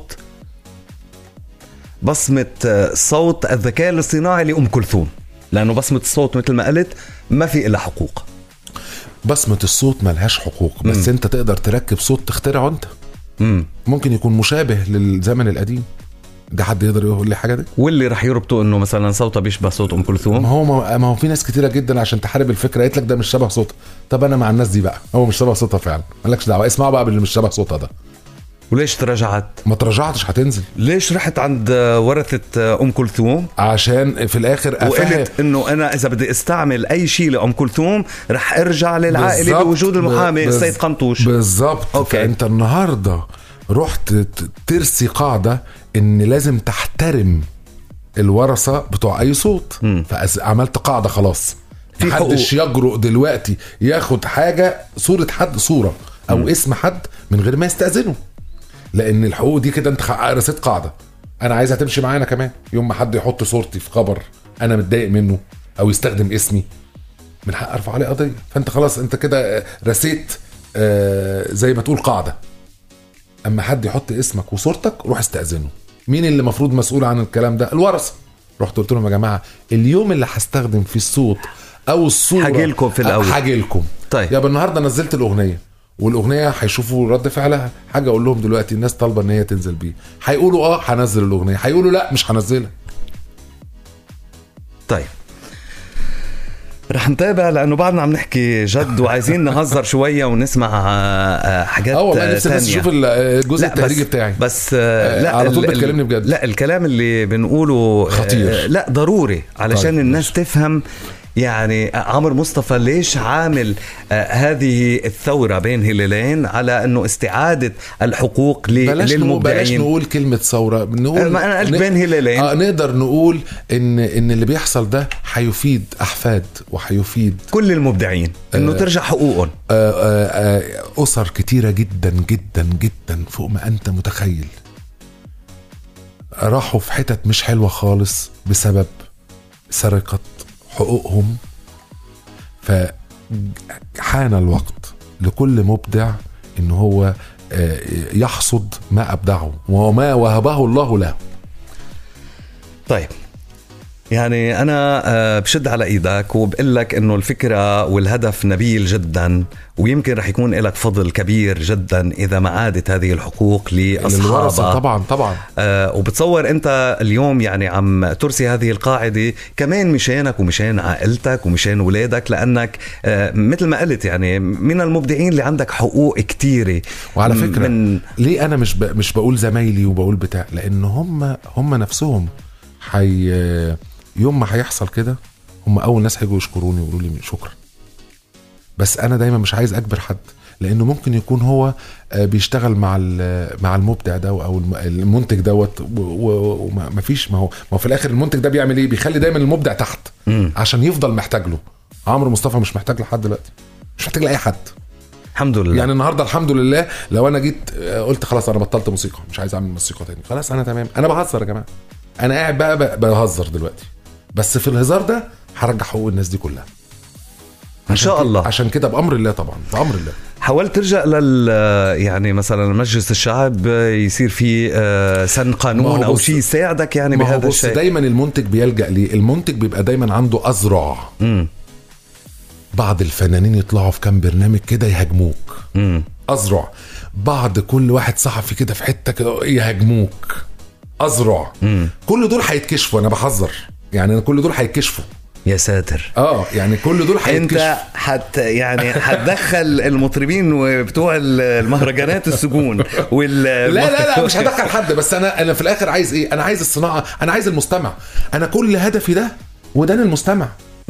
صوت الذكاء الاصطناعي لأم كلثوم، لأنه بصمة الصوت مثل ما قلت ما في إلا حقوق. بصمة الصوت ملهاش حقوق، بس انت تقدر تركب صوت تخترعه انت. ممكن يكون مشابه للزمن القديم. ده حد يقدر يقول لي حاجه دي؟ واللي راح يربطوا انه مثلا صوته بيشبه صوت ام كلثوم. ما هو في ناس كتيره جدا عشان تحارب الفكره قالت لك ده مش شبه صوتها. طب انا مع الناس دي بقى، هو مش شبه صوتها فعلا، مالكش دعوه، اسمعوا بقى باللي مش شبه صوتها ده. وليش تراجعت؟ ما تراجعتش، هتنزل. ليش رحت عند ورثه ام كلثوم؟ عشان في الاخر وقلت انه انا اذا بدي استعمل اي شيء لام كلثوم رح ارجع للعائله بوجود المحامي السيد قنطوش. بالظبط. فانت النهارده رحت ترسي قاعده ان لازم تحترم الورثه بتوع اي صوت. فعملت قاعده خلاص، محدش يجرؤ دلوقتي ياخد حاجه صوره حد، صوره او اسم حد من غير ما يستأذنه، لان الحقوق دي كده انت رسيت قاعده. انا عايزها تمشي معانا كمان. يوم ما حد يحط صورتي في خبر انا متضايق منه او يستخدم اسمي، من حق ارفع عليه قضيه. فانت خلاص انت كده رسيت زي ما تقول قاعده، اما حد يحط اسمك وصورتك روح استأذنه. مين اللي مفروض مسؤول عن الكلام ده؟ الورثه. رحت قلت لهم يا جماعه اليوم اللي هستخدم فيه الصوت او الصوره حاجيلكم في الاول، حاجيلكم. طيب يا النهارده نزلت الاغنيه والاغنيه هيشوفوا رد فعلها. حاجه اقول لهم دلوقتي الناس طالبه ان هي تنزل بيه، هيقولوا هنزل الاغنيه، هيقولوا لا مش هنزلها. طيب رح نتابع لانه بعدنا عم نحكي جد وعايزين نهزر شويه ونسمع حاجات والله نفسي بس اشوف الجزء التهريجي بتاعي. بس لا على طول بتكلمني بجد. لا الكلام اللي بنقوله خطير، لا ضروري علشان طيب الناس تفهم. يعني عمرو مصطفى ليش عامل هذه الثورة بين هلالين على انه استعادة الحقوق للمبدعين؟ بلاش نقول كلمة ثورة، نقول ما انا قلت بين هلالين. نقدر نقول ان اللي بيحصل ده هيفيد احفاد وهيفيد كل المبدعين انه ترجع حقوقهم. اسر كتيرة جدا جدا جدا فوق ما انت متخيل راحوا في حتت مش حلوة خالص بسبب سرقة حقوقهم. فحان الوقت لكل مبدع ان هو يحصد ما ابدعه وما وهبه الله له. طيب يعني أنا بشد على إيدك وبقول لك إنه الفكرة والهدف نبيل جدا، ويمكن رح يكون لك فضل كبير جدا إذا ما عادت هذه الحقوق لأصحابها. طبعا وبتصور أنت اليوم يعني عم ترسي هذه القاعدة كمان مشانك ومشان عائلتك ومشان ولادك، لأنك مثل ما قلت يعني من المبدعين اللي عندك حقوق كتيرة. وعلى فكرة ليه أنا مش بقول زمايلي وبقول بتاع، لأن هم نفسهم يوم ما هيحصل كده هم اول ناس هيجوا يشكروني ويقولوا لي شكرا. بس انا دايما مش عايز اجبر حد، لانه ممكن يكون هو بيشتغل مع المبدع ده او المنتج دوت وما فيش. ما هو في الاخر المنتج ده بيعمل ايه؟ بيخلي دايما المبدع تحت عشان يفضل محتاج له. عمرو مصطفى مش محتاج لحد دلوقتي، مش محتاج لاي حد الحمد لله. يعني النهارده الحمد لله لو انا جيت قلت خلاص انا بطلت موسيقى مش عايز اعمل موسيقى تاني، خلاص انا تمام، انا بهزر يا جماعه، انا قاعد بقى بهزر دلوقتي، بس في الهزار ده هرجع حقوق الناس دي كلها ان شاء الله. عشان كده بامر الله طبعا، بامر الله. حاولت ترجع يعني مثلا مجلس الشعب يصير فيه سن قانون او شيء يساعدك يعني بهذا الشيء؟ دايما المنتج بيلجأ ليه؟ المنتج بيبقى دايما عنده أذرع. بعض الفنانين يطلعوا في كام برنامج كده يهاجموك، أذرع. بعض كل واحد صحفي كده في حتة كده يهاجموك، أذرع. كل دول هيتكشفوا، أنا بحذر يعني، كل دول هيتكشفوا. يا ساتر. يعني كل دول انت يعني هتدخل المطربين وبتوع المهرجانات السجون لا مش هدخل حد، بس انا في الاخر عايز ايه؟ انا عايز الصناعه، انا عايز المستمع. انا كل هدفي ده ودان المستمع.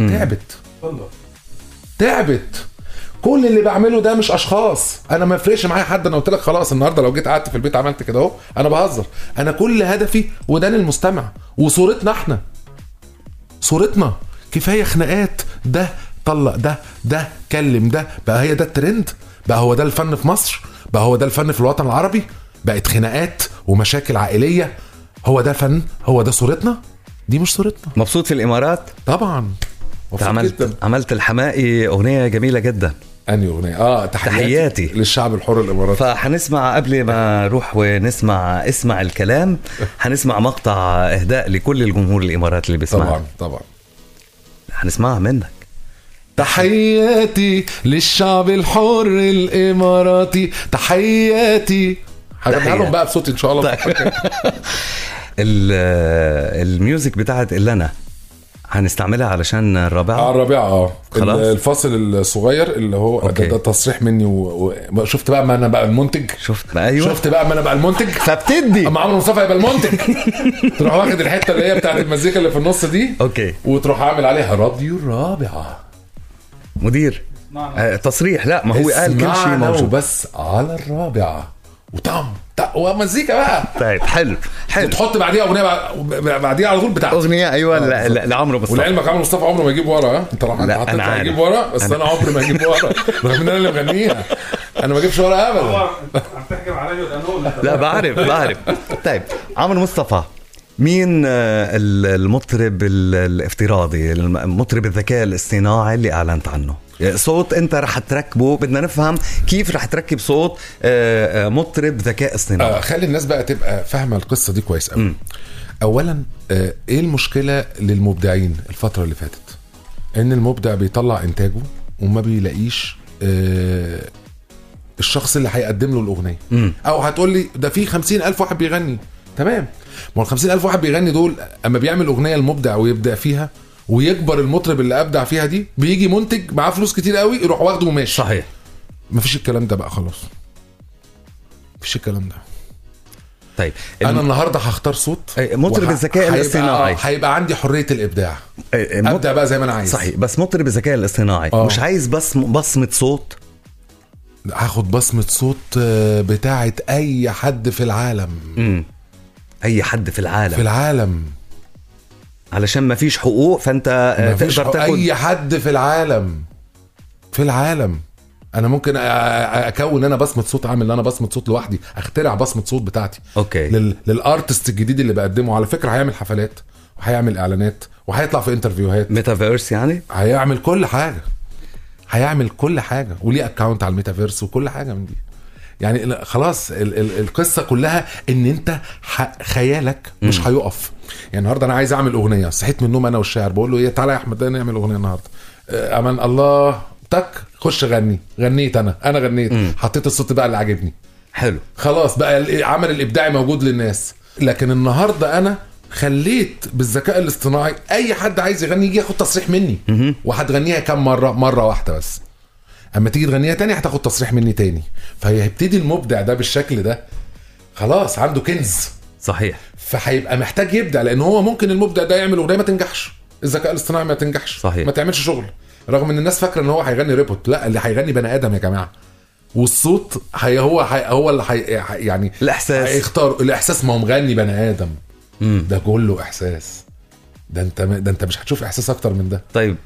تعبت كل اللي بعمله ده مش اشخاص، انا ما يفرقش معايا حد. انا قلت لك خلاص النهارده لو جيت قعدت في البيت عملت كده اهو، انا بهزر. انا كل هدفي ودان المستمع وصورتنا احنا، صورتنا. كفايه خناقات، ده طلق ده كلم ده، بقى هي ده الترند، بقى هو ده الفن في مصر، بقى هو ده الفن في الوطن العربي، بقت خناقات ومشاكل عائليه. هو ده فن؟ هو ده صورتنا؟ دي مش صورتنا. مبسوط في الامارات طبعا. عملت الحمائي اغنيه جميله جدا. أنهي أغنية؟ تحياتي للشعب الحر الإماراتي. فحنسمع قبل ما نروح ونسمع اسمع الكلام، حنسمع مقطع إهداء لكل الجمهور الإماراتي اللي بيسمع. طبعا حنسمعها منك. تحياتي للشعب الحر الإماراتي، تحياتي. هجيبها لهم بقى بصوتي إن شاء الله. الميوزك بتاعت اللي أنا هنستعملها علشان الرابعة. الرابعة الفاصل الصغير اللي هو ده تصريح مني شفت بقى ما انا بقى المنتج. شفت بقى ما انا بقى المنتج. فبتدي اما عمرو مصطفى يبقى المنتج. تروح واخد الحتة اللي هي بتاعت المزيكا اللي في النص دي، وتروح عامل عليها راديو الرابعة. مدير تصريح. لا ما هو قال كل شيء موجود بس على الرابعة ومزيكا بقى. طيب حلو. تحط بعديها اغنيه بعديها على طول بتاع اغنيه. ايوه لعمرو مصطفى. ولعلمك عمرو مصطفى عمره ما يجيب ورا. انت راح حطيت هيجيب ورا، بس انا عمري ما اجيب ورا رغم ان انا اللي مغنيها. انا ما اجيبش ورا ابدا. عم تحكم عليا. لا بعرف. طيب عمرو مصطفى مين المطرب الافتراضي، المطرب الذكاء الاصطناعي اللي اعلنت عنه؟ صوت انت رح تركبه، بدنا نفهم كيف رح تركب صوت مطرب ذكاء اصطناعي. خلي الناس بقى تبقى فاهمه القصه دي كويس قوي. اولا ايه المشكله للمبدعين الفتره اللي فاتت؟ ان المبدع بيطلع انتاجه وما بيلاقيش الشخص اللي هيقدم له الاغنيه. او هتقول لي ده في 50,000 واحد بيغني، تمام، ما ال 50,000 واحد بيغني دول اما بيعمل اغنيه المبدع ويبدع فيها ويكبر المطرب اللي ابدع فيها دي، بيجي منتج معاه فلوس كتير قوي يروح واخده وماشي. صحيح. مفيش الكلام ده بقى، خلاص مفيش الكلام ده. طيب انا النهارده هختار صوت مطرب الذكاء الاصطناعي، هيبقى عندي حريه الابداع، ابدع بقى زي ما انا عايز. صحيح. بس مطرب الذكاء الاصطناعي مش عايز بس بصمه صوت، هاخد بصمه صوت بتاعه اي حد في العالم. اي حد في العالم علشان ما فيش حقوق، فانت تقدر تاخد اي حد في العالم. انا ممكن اكون انا بصمه صوت، اعمل انا بصمه صوت لوحدي، اخترع بصمه صوت بتاعتي. اوكي. للارتست الجديد اللي بقدمه. على فكره هيعمل حفلات وهيعمل اعلانات وهيطلع في انترفيوهات، ميتافيرس، يعني هيعمل كل حاجه وليه اكاونت على الميتافيرس وكل حاجه من دي. يعني خلاص القصه كلها ان انت خيالك مش هيقف. يعني النهارده انا عايز اعمل اغنيه، صحيت من النوم انا والشاعر بقول له ايه، تعالى يا احمد نعمل اغنيه النهارده. امان الله تك خش غنيت انا غنيت، حطيت الصوت بقى اللي عاجبني، حلو، خلاص بقى العمل الابداعي موجود للناس. لكن النهارده انا خليت بالذكاء الاصطناعي اي حد عايز يغني يجي ياخد تصريح مني، وهتغنيها كم مره واحده بس، اما تيجي تغنيها تاني هتاخد تصريح مني تاني. فهيبتدي المبدع ده بالشكل ده خلاص عنده كنز. صحيح. فهيبقى محتاج يبدع، لان هو ممكن المبدع ده يعمل اغنيه ما تنجحش، الذكاء الاصطناعي ما تنجحش. صحيح. ما تعملش شغل، رغم ان الناس فاكره ان هو هيغني ريبوت. لا، اللي هيغني بني ادم يا جماعه، والصوت هو اللي يعني الاحساس، هيختار الاحساس. ما هو مغني بني ادم، ده كله احساس. ده انت مش هتشوف احساس اكتر من ده. طيب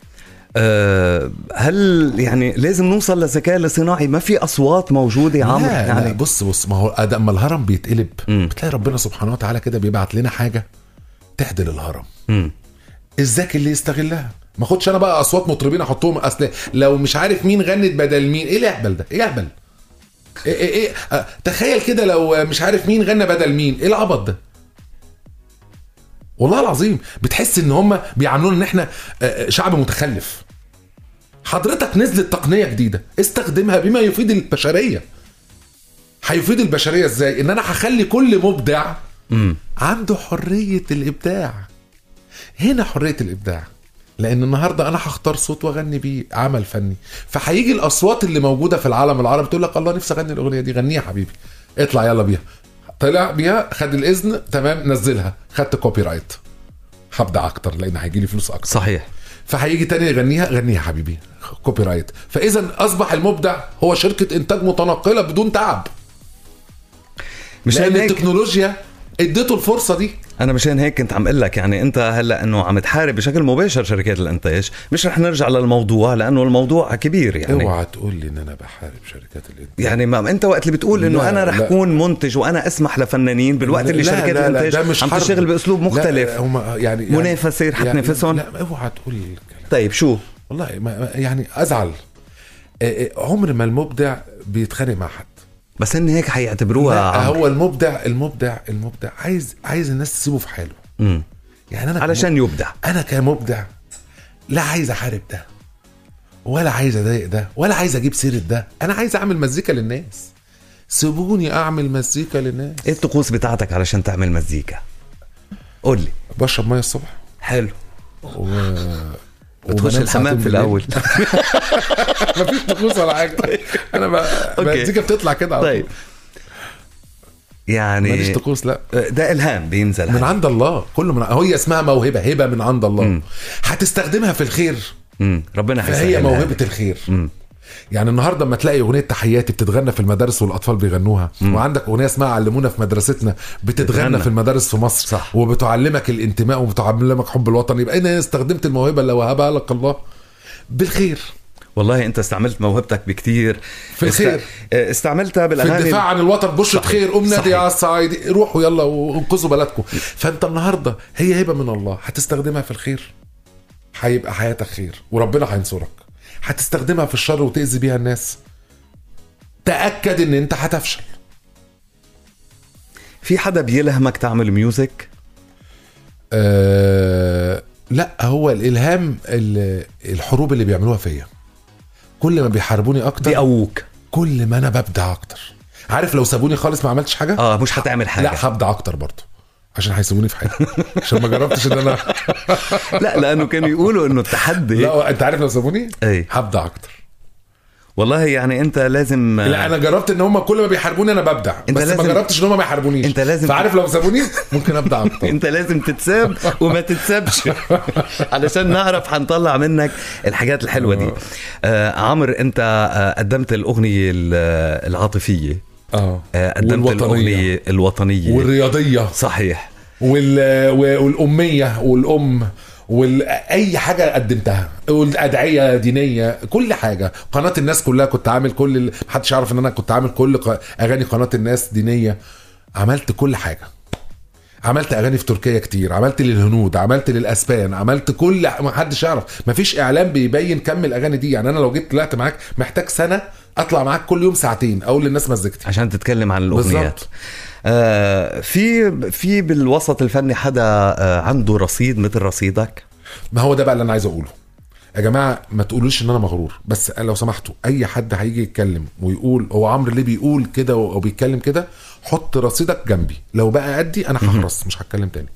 هل يعني لازم نوصل للذكاء الاصطناعي؟ ما في اصوات موجوده يا عمرو؟ يعني لا بص، ما هو اما الهرم بيتقلب بتلاقي ربنا سبحانه وتعالى كده بيبعت لنا حاجه تعدل الهرم. الذكي اللي يستغلها. ما خدش انا بقى اصوات مطربين احطهم، اصل لو مش عارف مين غنت بدل مين، ايه الهبل ده؟ ايه الهبل؟ إيه تخيل كده لو مش عارف مين غنى بدل مين، ايه العبط ده؟ والله العظيم بتحس ان هم بيعاملونا ان احنا شعب متخلف. حضرتك نزلت تقنيه جديده، استخدمها بما يفيد البشريه. هيفيد البشريه ازاي؟ ان انا هخلي كل مبدع عنده حريه الابداع. هنا حريه الابداع، لان النهارده انا هختار صوت واغني بيه عمل فني. فهيجي الاصوات اللي موجوده في العالم العربي تقول لك الله نفسي اغني الاغنيه دي، غنيها حبيبي، اطلع يلا بيها. طلع بيها، خد الاذن، تمام، نزلها، خدت كوبي رايت، هبدع اكتر لان هيجي لي فلوس اكتر. صحيح. فهيجي تاني يغنيها، غنيها حبيبي، كوبي رايت. فاذا اصبح المبدع هو شركه انتاج متنقله بدون تعب، لان التكنولوجيا اديته الفرصه دي. انا مشان هيك كنت عم اقول لك، يعني انت هلا انه عم تحارب بشكل مباشر شركات الانتاج. مش رح نرجع للموضوع لانه الموضوع كبير. يعني اوعى تقول لي ان انا بحارب شركات الانتاج. يعني ما انت وقت اللي بتقول انه انا رح اكون منتج وانا اسمح لفنانين، بالوقت اللي شركات الانتاج عم تشتغل باسلوب مختلف، يعني منافسه رح تنافسهم. لا اوعى تقول الكلام. طيب شو والله يعني ازعل. عمر ما المبدع بيتخانق مع حد، بس ان هيك هيعتبروها. هو المبدع عايز الناس تسيبه في حاله. يعني انا علشان يبدع. انا كمبدع لا عايز احارب ده، ولا عايز اضايق ده، ولا عايز اجيب سيره ده. انا عايز اعمل مزيكا للناس، سيبوني اعمل مزيكا للناس. ايه الطقوس بتاعتك علشان تعمل مزيكا؟ قول لي. بشرب ميه الصبح. حلو. بتخش الحمام في الاول. مفيش طقوس ولا حاجه. انا مزيكا بتطلع كده. طيب يعني مفيش طقوس. لا، ده الهام بينزل من عند الله. كله هي اسمها موهبه، هبه من عند الله. هتستخدمها في الخير، ربنا فهي موهبه الخير. يعني النهارده لما تلاقي اغنيه تحياتي بتتغنى في المدارس والاطفال بيغنوها، وعندك اغنيه اسمها علمونا في مدرستنا بتتغنى في المدارس في مصر، صح، وبتعلمك الانتماء وبتعلمك حب الوطن، يبقى انا استخدمت الموهبه اللي وهبها لك الله بالخير. والله انت استعملت موهبتك بكتير في الخير، استعملتها في بالاغاني، الدفاع عن الوطن، بشرة خير، قوم نادي على الصعيد، روحوا يلا وانقذوا بلدكم. فانت النهارده هي هبه من الله، هتستخدمها في الخير هيبقى حياتك خير وربنا هينصرك. هتستخدمها في الشر وتأذي بيها الناس، تأكد ان انت هتفشل. في حدا بيلهمك تعمل ميوزك؟ لا، هو الالهام الحروب اللي بيعملوها فيا، كل ما بيحاربوني اكتر بيقووك، كل ما انا ببدع اكتر. عارف لو سابوني خالص ما عملتش حاجه مش هتعمل حاجه. لا، هبدع اكتر برضه عشان هيسيبوني في حاجه عشان ما جربتش ان انا لا، لانه كانوا يقولوا انه التحدي. لا، انت عارف لو سابوني هبدع اكتر. والله يعني انت لازم. لا، انا جربت ان هم كل ما بيحاربوني انا ببدع، بس ما جربتش ان هم ما يحاربوني. انت لازم فعارف لو سابوني ممكن ابدع اكتر. انت لازم تتساب وما تتسابش علشان نعرف هنطلع منك الحاجات الحلوه دي. عمرو، انت قدمت الاغنيه العاطفيه، قدمت الاغنيه الوطنيه والرياضيه، صحيح، والاميه والام اي حاجه قدمتها، والادعيه دينيه، كل حاجه. قناه الناس كلها كنت عامل كل محدش يعرف ان انا كنت عامل كل اغاني قناه الناس دينيه. عملت كل حاجه، عملت اغاني في تركيا كتير، عملت للهنود، عملت للاسبان، عملت كل محدش يعرف. مفيش اعلام بيبين كم الاغاني دي. يعني انا لو جيت طلعت معاك محتاج سنه اطلع معاك كل يوم ساعتين اقول للناس مزجتي عشان تتكلم عن الاغنيات. في بالوسط الفني حدا عنده رصيد مثل رصيدك؟ ما هو ده بقى اللي انا عايز اقوله يا جماعه. ما تقولوش ان انا مغرور، بس لو سمحتوا اي حد هيجي يتكلم ويقول هو عمرو ليه بيقول كده او بيتكلم كده، حط رصيدك جنبي. لو بقى قدي انا هخرس مش هتكلم تاني.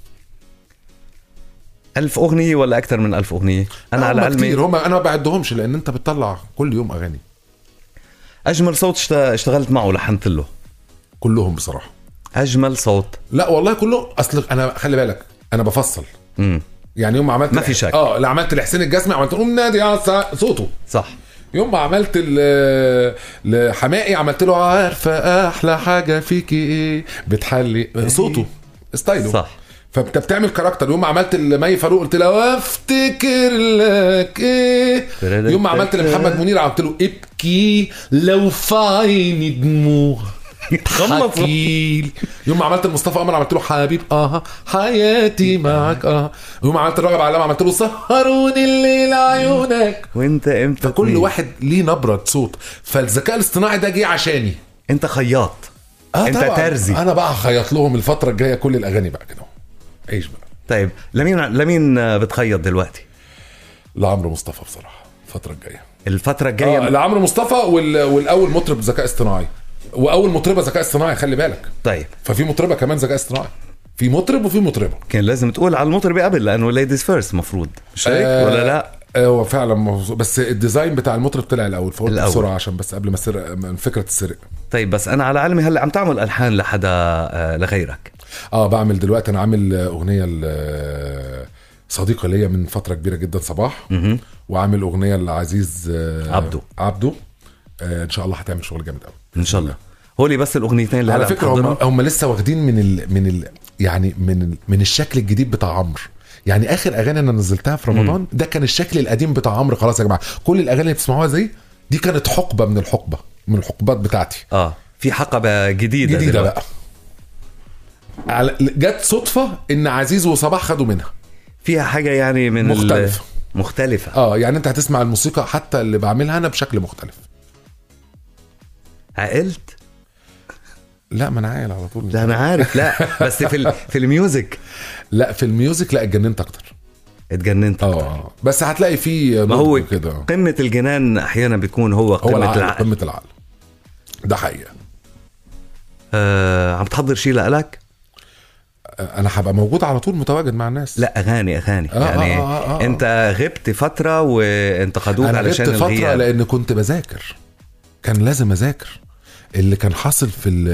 1000 أغنية ولا أكتر من 1000 أغنية؟ أنا على علمي كتير. هم أنا ما بعدهمش لأن أنت بتطلع كل يوم أغاني. أجمل صوت اشتغلت معه لحنت له؟ كلهم بصراحة. أجمل صوت؟ لا والله كله. أصل أنا خلي بالك أنا بفصل. يعني يوم ما عملت ما في شك. لا عملت لحسين الجسمي، عملت قوم نادي على صوته صح. يوم ما عملت لحمائي عملت له عارفة أحلى حاجة فيكي إيه بتحلي صوته ستايله صح. فانت بتعمل كاركتر. يوم ما عملت لمي فاروق قلت له وافتكر لك ايه. يوم ما عملت لمحمد منير قلت له ابكي لو في عيني دموع حكيل. يوم ما عملت لمصطفى قمر عملت له حبيب حياتي معك. يوم ما عملت الراغب علامه عملت له سهروني الليل عيونك وانت امتى. فكل واحد ليه نبره صوت. فالذكاء الاصطناعي ده جه عشاني. انت خياط. انت طبعًا. ترزي. انا بقى خيط لهم الفتره الجايه كل الاغاني بقى كده. ايش بقى. طيب لمين بتخيط دلوقتي؟ لعمرو مصطفى بصراحه الفتره الجايه لعمرو مصطفى والاول مطرب ذكاء اصطناعي واول مطربه ذكاء اصطناعي. خلي بالك. طيب ففي مطربه كمان ذكاء اصطناعي، في مطرب وفي مطربه. كان لازم تقول على المطربه قبل لانه ليديز فيرست مفروض مش هيك ولا لا؟ هو فعلا بس الديزاين بتاع المطرب طلع الاول فقلت بسرعه عشان بس قبل ما من فكره السرقه. طيب بس انا على علمي هلا عم تعمل الحان لحدا لغيرك؟ بعمل دلوقتي. انا عامل اغنيه صديقه ليا من فتره كبيره جدا صباح وعامل اغنيه لعزيز عبده ان شاء الله هتعمل شغل جامد قوي ان شاء الله. هولي بس الاغنيتين اللي على فكره هم لسه واخدين يعني من الشكل الجديد بتاع عمرو. يعني اخر اغاني انا نزلتها في رمضان ده كان الشكل القديم بتاع عمرو. خلاص يا جماعه كل الاغاني اللي بتسمعوها دي كانت حقبه من الحقبات بتاعتي. في حقبه جديده بقى جت صدفه ان عزيز وصباح خدوا منها فيها حاجه يعني من مختلفه. يعني انت هتسمع الموسيقى حتى اللي بعملها انا بشكل مختلف. عقلت؟ لا ما انا عاقل على طول. لا انا عارف. لا بس في الميوزك. لا في الميوزك لا اتجننت اكتر. بس هتلاقي فيه ما هو كده. قمه الجنان احيانا بيكون هو قمه العقل. قمه العقل ده حقيقه. عم تحضر شيء لك؟ انا هبقى موجود على طول متواجد مع الناس. لا اغاني يعني انت غبت فتره وانتقدوك علشان غبت فتره لان كنت بذاكر. كان لازم اذاكر اللي كان حاصل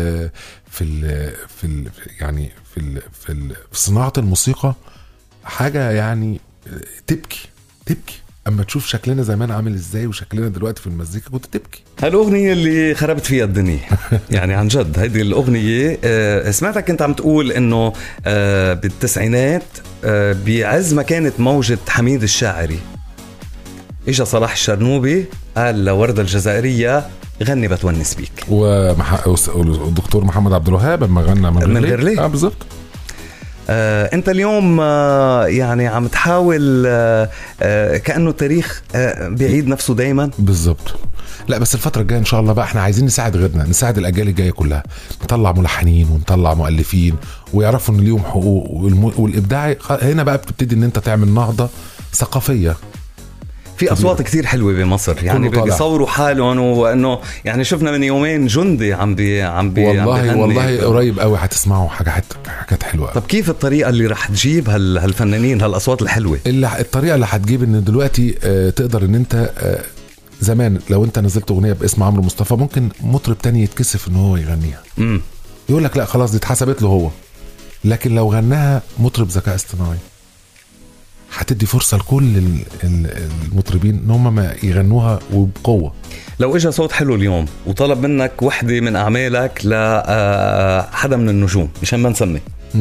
في صناعه الموسيقى. حاجه يعني تبكي اما تشوف شكلنا زمان عامل ازاي وشكلنا دلوقتي في المزيكا كنت تبكي. هالأغنية اللي خربت فيها الدنيا يعني عن جد. هيدي الأغنية سمعتك كنت عم تقول انه بالتسعينات بعز ما كانت موجة حميد الشاعري اجا صلاح الشرنوبي قال لوردة الجزائرية غني بتونس بيك، والدكتور محمد عبد الوهاب لما غنى من غير بالظبط. انت اليوم يعني عم تحاول كأنه التاريخ بيعيد نفسه دايما. بالظبط. لا بس الفترة الجاية ان شاء الله بقى احنا عايزين نساعد غيرنا، نساعد الاجيال الجاية كلها، نطلع ملحنين ونطلع مؤلفين ويعرفوا ان ليهم حقوق، والابداع هنا بقى بتبتدي ان انت تعمل نهضة ثقافية. في اصوات كتير حلوه بمصر يعني بيصوروا حالهم، وانه يعني شفنا من يومين جندي عم بي والله قريب قوي هتسمعوا حاجات حلوه. طب كيف الطريقه اللي رح تجيب هالفنانين هالاصوات الحلوه؟ الطريقه اللي هتجيب ان دلوقتي تقدر ان انت زمان لو انت نزلت اغنيه باسم عمرو مصطفى ممكن مطرب تاني يتكسف ان هو يغنيها، يقول لك لا خلاص دي اتحسبت له هو، لكن لو غناها مطرب ذكاء اصطناعي هتدي فرصة لكل المطربين ان هم ما يغنوها وبقوة. لو اجى صوت حلو اليوم وطلب منك وحدة من اعمالك لحدا من النجوم مشان ما نسمي،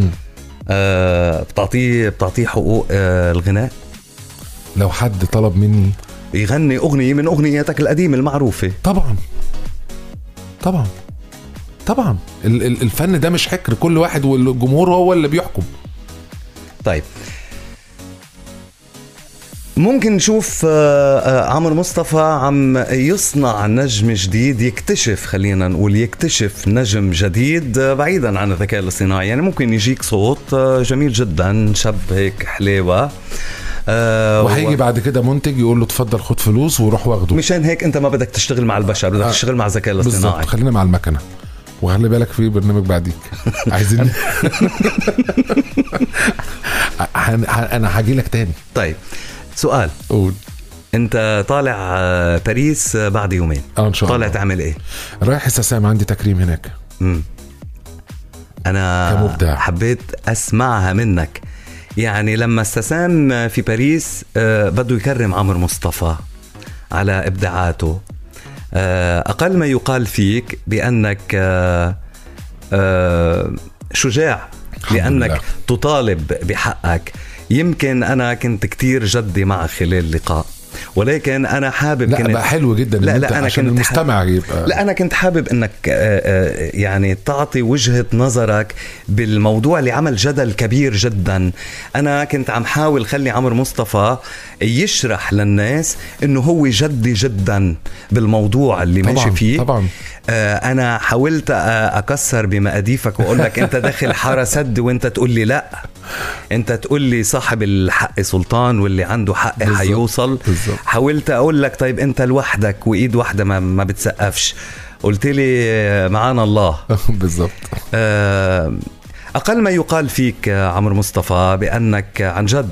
بتعطيه حقوق الغناء؟ لو حد طلب مني يغني اغنية من اغنياتك القديمة المعروفة، طبعا الفن ده مش حكر، كل واحد والجمهور هو اللي بيحكم. طيب ممكن نشوف عمرو مصطفى عم يصنع نجم جديد، خلينا نقول يكتشف نجم جديد بعيدا عن الذكاء الاصطناعي. يعني ممكن يجيك صوت جميل جدا، شاب هيك حليوة، وهيجي بعد كده منتج يقول له تفضل خد فلوس وروح واخده. مشان هيك انت ما بدك تشتغل مع البشر، بدك تشتغل مع الذكاء الاصطناعي. بالضبط، خلينا مع المكنة، وخلي بالك في برنامج بعديك عايزين انا هاجي لك تاني. طيب سؤال، قول. انت طالع باريس بعد يومين ان شاء الله، طالع تعمل ايه؟ رايح السسام، عندي تكريم هناك. انا كمبدع حبيت اسمعها منك. يعني لما السسام في باريس بده يكرم عمرو مصطفى على ابداعاته، اقل ما يقال فيك بانك شجاع لانك تطالب بحقك. يمكن أنا كنت كتير جدي مع خلال اللقاء، ولكن أنا حابب لا بقى حلو جدا لا أنا عشان المستمع يبقى لا أنا كنت حابب أنك يعني تعطي وجهة نظرك بالموضوع اللي عمل جدل كبير جدا. أنا كنت عم حاول خلي عمرو مصطفى يشرح للناس أنه هو جدي جدا بالموضوع اللي ماشي فيه. طبعا أنا حاولت أكسر بمقاديفك وأقول لك أنت داخل حارة سد، وأنت تقول لي لا، أنت تقول لي صاحب الحق سلطان واللي عنده حق حيوصل. حاولت أقول لك طيب أنت لوحدك وإيد واحدة ما بتسقفش، قلت لي معانا الله. بالضبط. أقل ما يقال فيك عمرو مصطفى بأنك عن جد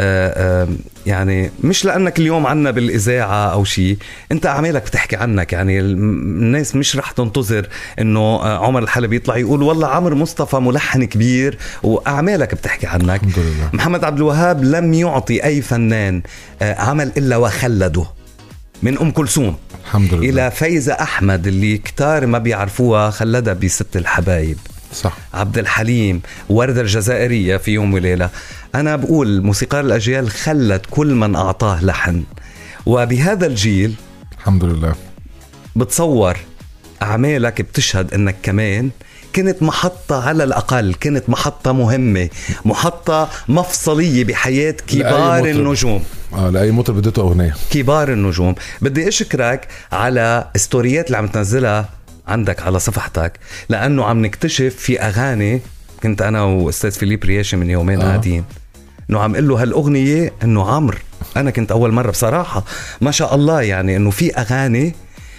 يعني مش لأنك اليوم عنا بالإذاعة أو شيء، أنت أعمالك بتحكي عنك. يعني الناس مش رح تنتظر أنه عمر الحلبي يطلع يقول والله عمرو مصطفى ملحن كبير، وأعمالك بتحكي عنك. محمد عبد الوهاب لم يعطي أي فنان عمل إلا وخلده، من أم كلثوم الحمد لله إلى فايزة أحمد اللي كتار ما بيعرفوها خلدها بست الحبايب. صح. عبد الحليم، وردة الجزائرية في يوم وليلة. أنا بقول موسيقار الأجيال خلت كل من أعطاه لحن، وبهذا الجيل الحمد لله بتصور أعمالك بتشهد أنك كمان كنت محطة، على الأقل كنت محطة مهمة، محطة مفصلية بحياة كبار النجوم. لأي مطرب بديته أغنية كبار النجوم. بدي أشكرك على ستوريات اللي عم تنزلها عندك على صفحتك، لأنه عم نكتشف في أغاني. كنت أنا وأستاذ فيليب رياشي من يومين قاعدين إنه عم قل له هالأغنية إنه عمرو. أنا كنت أول مرة بصراحة ما شاء الله، يعني إنه في أغاني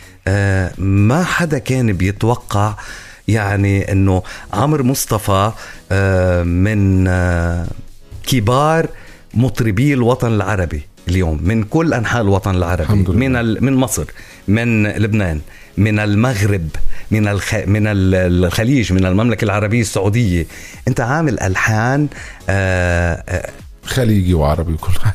ما حدا كان بيتوقع يعني إنه عمرو مصطفى من كبار مطربي الوطن العربي اليوم، من كل أنحاء الوطن العربي، من مصر، من لبنان، من المغرب، من الخليج، من المملكة العربية السعودية. انت عامل ألحان خليجي وعربي وكل حاجة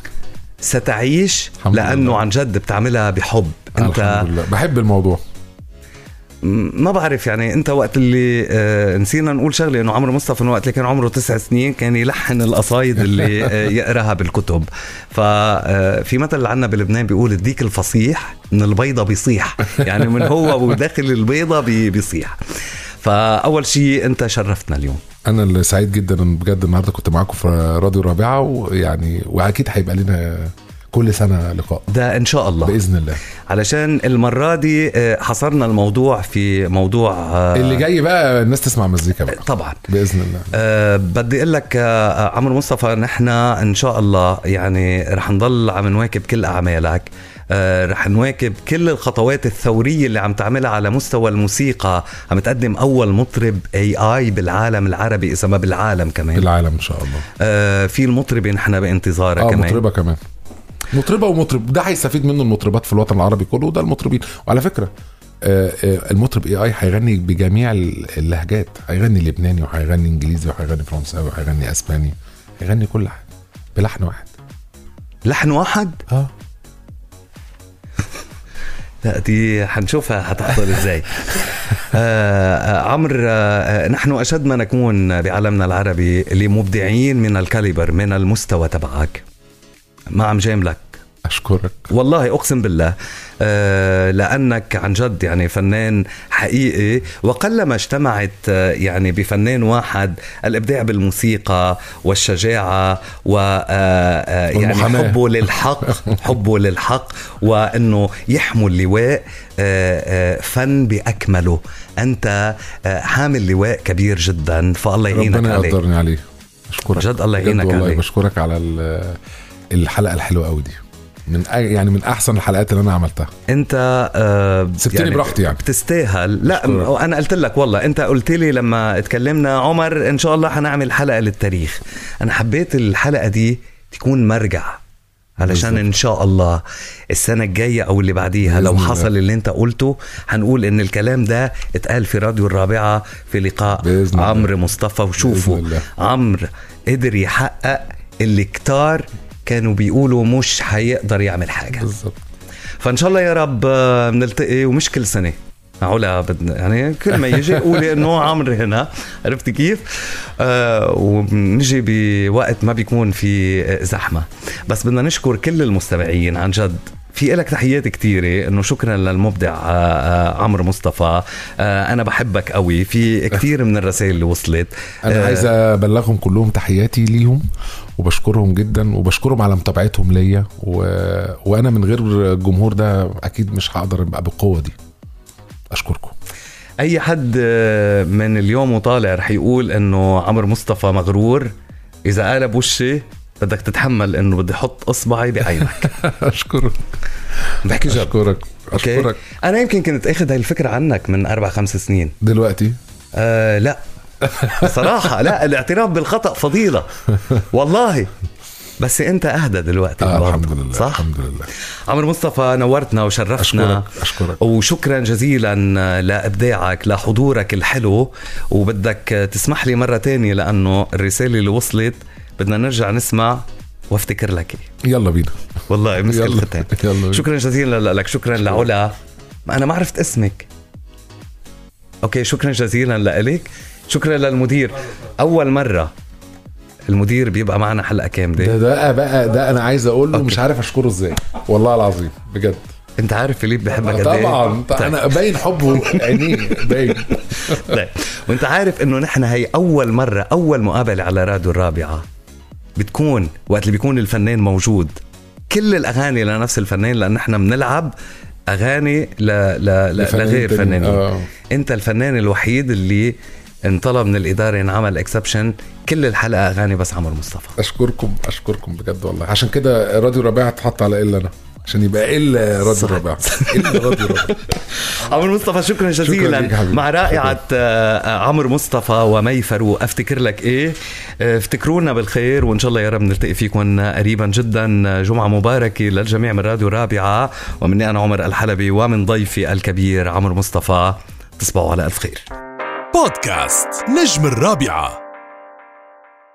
ستعيش، لأنه عن جد بتعملها بحب. انت الحمد لله بحب الموضوع. ما بعرف يعني انت وقت اللي نسينا نقول شغله انه عمرو مصطفى وقت اللي كان عمره 9 سنين كان يلحن القصايد اللي يقراها بالكتب. ففي مثل عنا بلبنان بيقول الديك الفصيح من البيضه بيصيح، يعني من هو وداخل البيضه بيصيح. فاول شيء انت شرفتنا اليوم. انا اللي سعيد جدا بجد النهارده كنت معاكم في راديو الرابعه، ويعني واكيد هيبقى لنا كل سنة لقاء ده إن شاء الله بإذن الله. علشان المرة دي حصرنا الموضوع في موضوع اللي جاي بقى الناس تسمع مزيكا بقى طبعا بإذن الله. بدي أقول لك عمرو مصطفى نحن إن شاء الله يعني رح نضل عم نواكب كل أعمالك، رح نواكب كل الخطوات الثورية اللي عم تعملها على مستوى الموسيقى. عم تقدم أول مطرب AI بالعالم العربي، إذا ما بالعالم كمان بالعالم إن شاء الله. في المطرب نحن بانتظارك كمان. مطربة كمان، مطربة ومطرب، ده هيستفيد منه المطربات في الوطن العربي كله، وده المطربين. وعلى فكرة المطرب AI هيغني بجميع اللهجات، هيغني لبناني وهيغني انجليزي وهيغني فرنساوي وهيغني اسباني، هيغني كل حاجة بلحن واحد. لحن واحد؟ لا دي حنشوفها هتحصل ازاي. عمرو نحن اشد ما نكون بعالمنا العربي لمبدعين من الكاليبر، من المستوى تبعك. ما عم جاملك، أشكرك والله أقسم بالله، لأنك عن جد يعني فنان حقيقي. وقلما اجتمعت يعني بفنان واحد الإبداع بالموسيقى والشجاعة يعني حبه للحق وأنه يحمل لواء فن بأكمله. أنت حامل لواء كبير جدا، فالله يعينك عليه. ربنا يقدرني عليه. أشكرك جد، الله يعينك عليه. بشكرك على الحلقة الحلوة قوي دي، من احسن الحلقات اللي انا عملتها. انت سبتني يعني براحتي، يعني بتستاهل. لا انا قلت لك والله، انت قلت لي لما اتكلمنا عمر ان شاء الله هنعمل حلقة للتاريخ. انا حبيت الحلقة دي تكون مرجع، علشان بالزبط. ان شاء الله السنة الجاية او اللي بعديها لو حصل اللي انت قلته هنقول ان الكلام ده اتقال في راديو الرابعة في لقاء عمرو مصطفى. وشوفوا عمرو قدر يحقق اللي كتار كانوا بيقولوا مش هيقدر يعمل حاجة بالضبط. فإن شاء الله يا رب نلتقي، ومش كل سنة معقولة يعني كل ما يجي قولي إنه عمرو هنا، عرفت كيف؟ ونجي بوقت ما بيكون في زحمة. بس بدنا نشكر كل المستمعين عن جد. في لك تحيات كتيرة، إنه شكرا للمبدع عمرو مصطفى، أنا بحبك قوي. في كتير من الرسائل اللي وصلت، أنا عايز أبلغهم كلهم تحياتي ليهم، وبشكرهم جدا، وبشكرهم على متابعتهم ليا، وأنا من غير الجمهور ده أكيد مش هقدر أبقى بالقوة دي. أشكركم. أي حد من اليوم وطالع رح يقول إنه عمرو مصطفى مغرور، إذا قلب وشي بدك تتحمل إنه بدي حط إصبعي بعينك. أشكرك. بحكي جد. أشكرك. أنا يمكن كنت أخذ هاي الفكرة عنك من 4-5 سنين. دلوقتي لا صراحة لا، الاعتراف بالخطأ فضيلة والله، بس انت اهدى دلوقتي. الحمد لله. صح؟ الحمد لله. عمرو مصطفى نورتنا وشرفتنا. أشكرك. وشكرا جزيلا لابداعك، لحضورك الحلو. وبدك تسمح لي مرة تانية لانه الرسالة اللي وصلت بدنا نرجع نسمع وافتكر لك. يلا بينا والله مسكلتين. شكرا جزيلا لك. شكرا لعلا، انا ما عرفت اسمك. اوكي شكرا جزيلا لك. شكرا للمدير، اول مرة المدير بيبقى معنا حلقة كاملة. ده انا عايز اقول له مش عارف اشكره ازاي، والله العظيم بجد. انت عارف فيليب بحبك قد ايه؟ طبعا. انا باين حبه عينيه باين. وانت عارف انه نحن هي اول مرة، اول مقابلة على راديو الرابعة بتكون وقت اللي بيكون الفنان موجود. كل الاغاني لنفس الفنان، لان احنا بنلعب اغاني لغير فنانين. انت الفنان الوحيد اللي انطلب من الإدارة ينعمل اكسبشن، كل الحلقة أغاني بس عمرو مصطفى. أشكركم بجد والله. عشان كده راديو رابعة تحط على إلا أنا، عشان يبقى إلا راديو رابعة. إلا راديو رابعة. عمرو مصطفى شكرا جزيلا. مع رائعة عمرو مصطفى ومي فاروق. أفتكر لك إيه؟ افتكرونا بالخير، وإن شاء الله يا رب نلتقي فيكم قريبا جدا. جمعة مباركة للجميع من راديو رابعة، ومني أنا عمر الحلبي ومن ضيفي الكبير عمرو مصطفى. تصبحوا على ألف خير. بودكاست نجم الرابعة.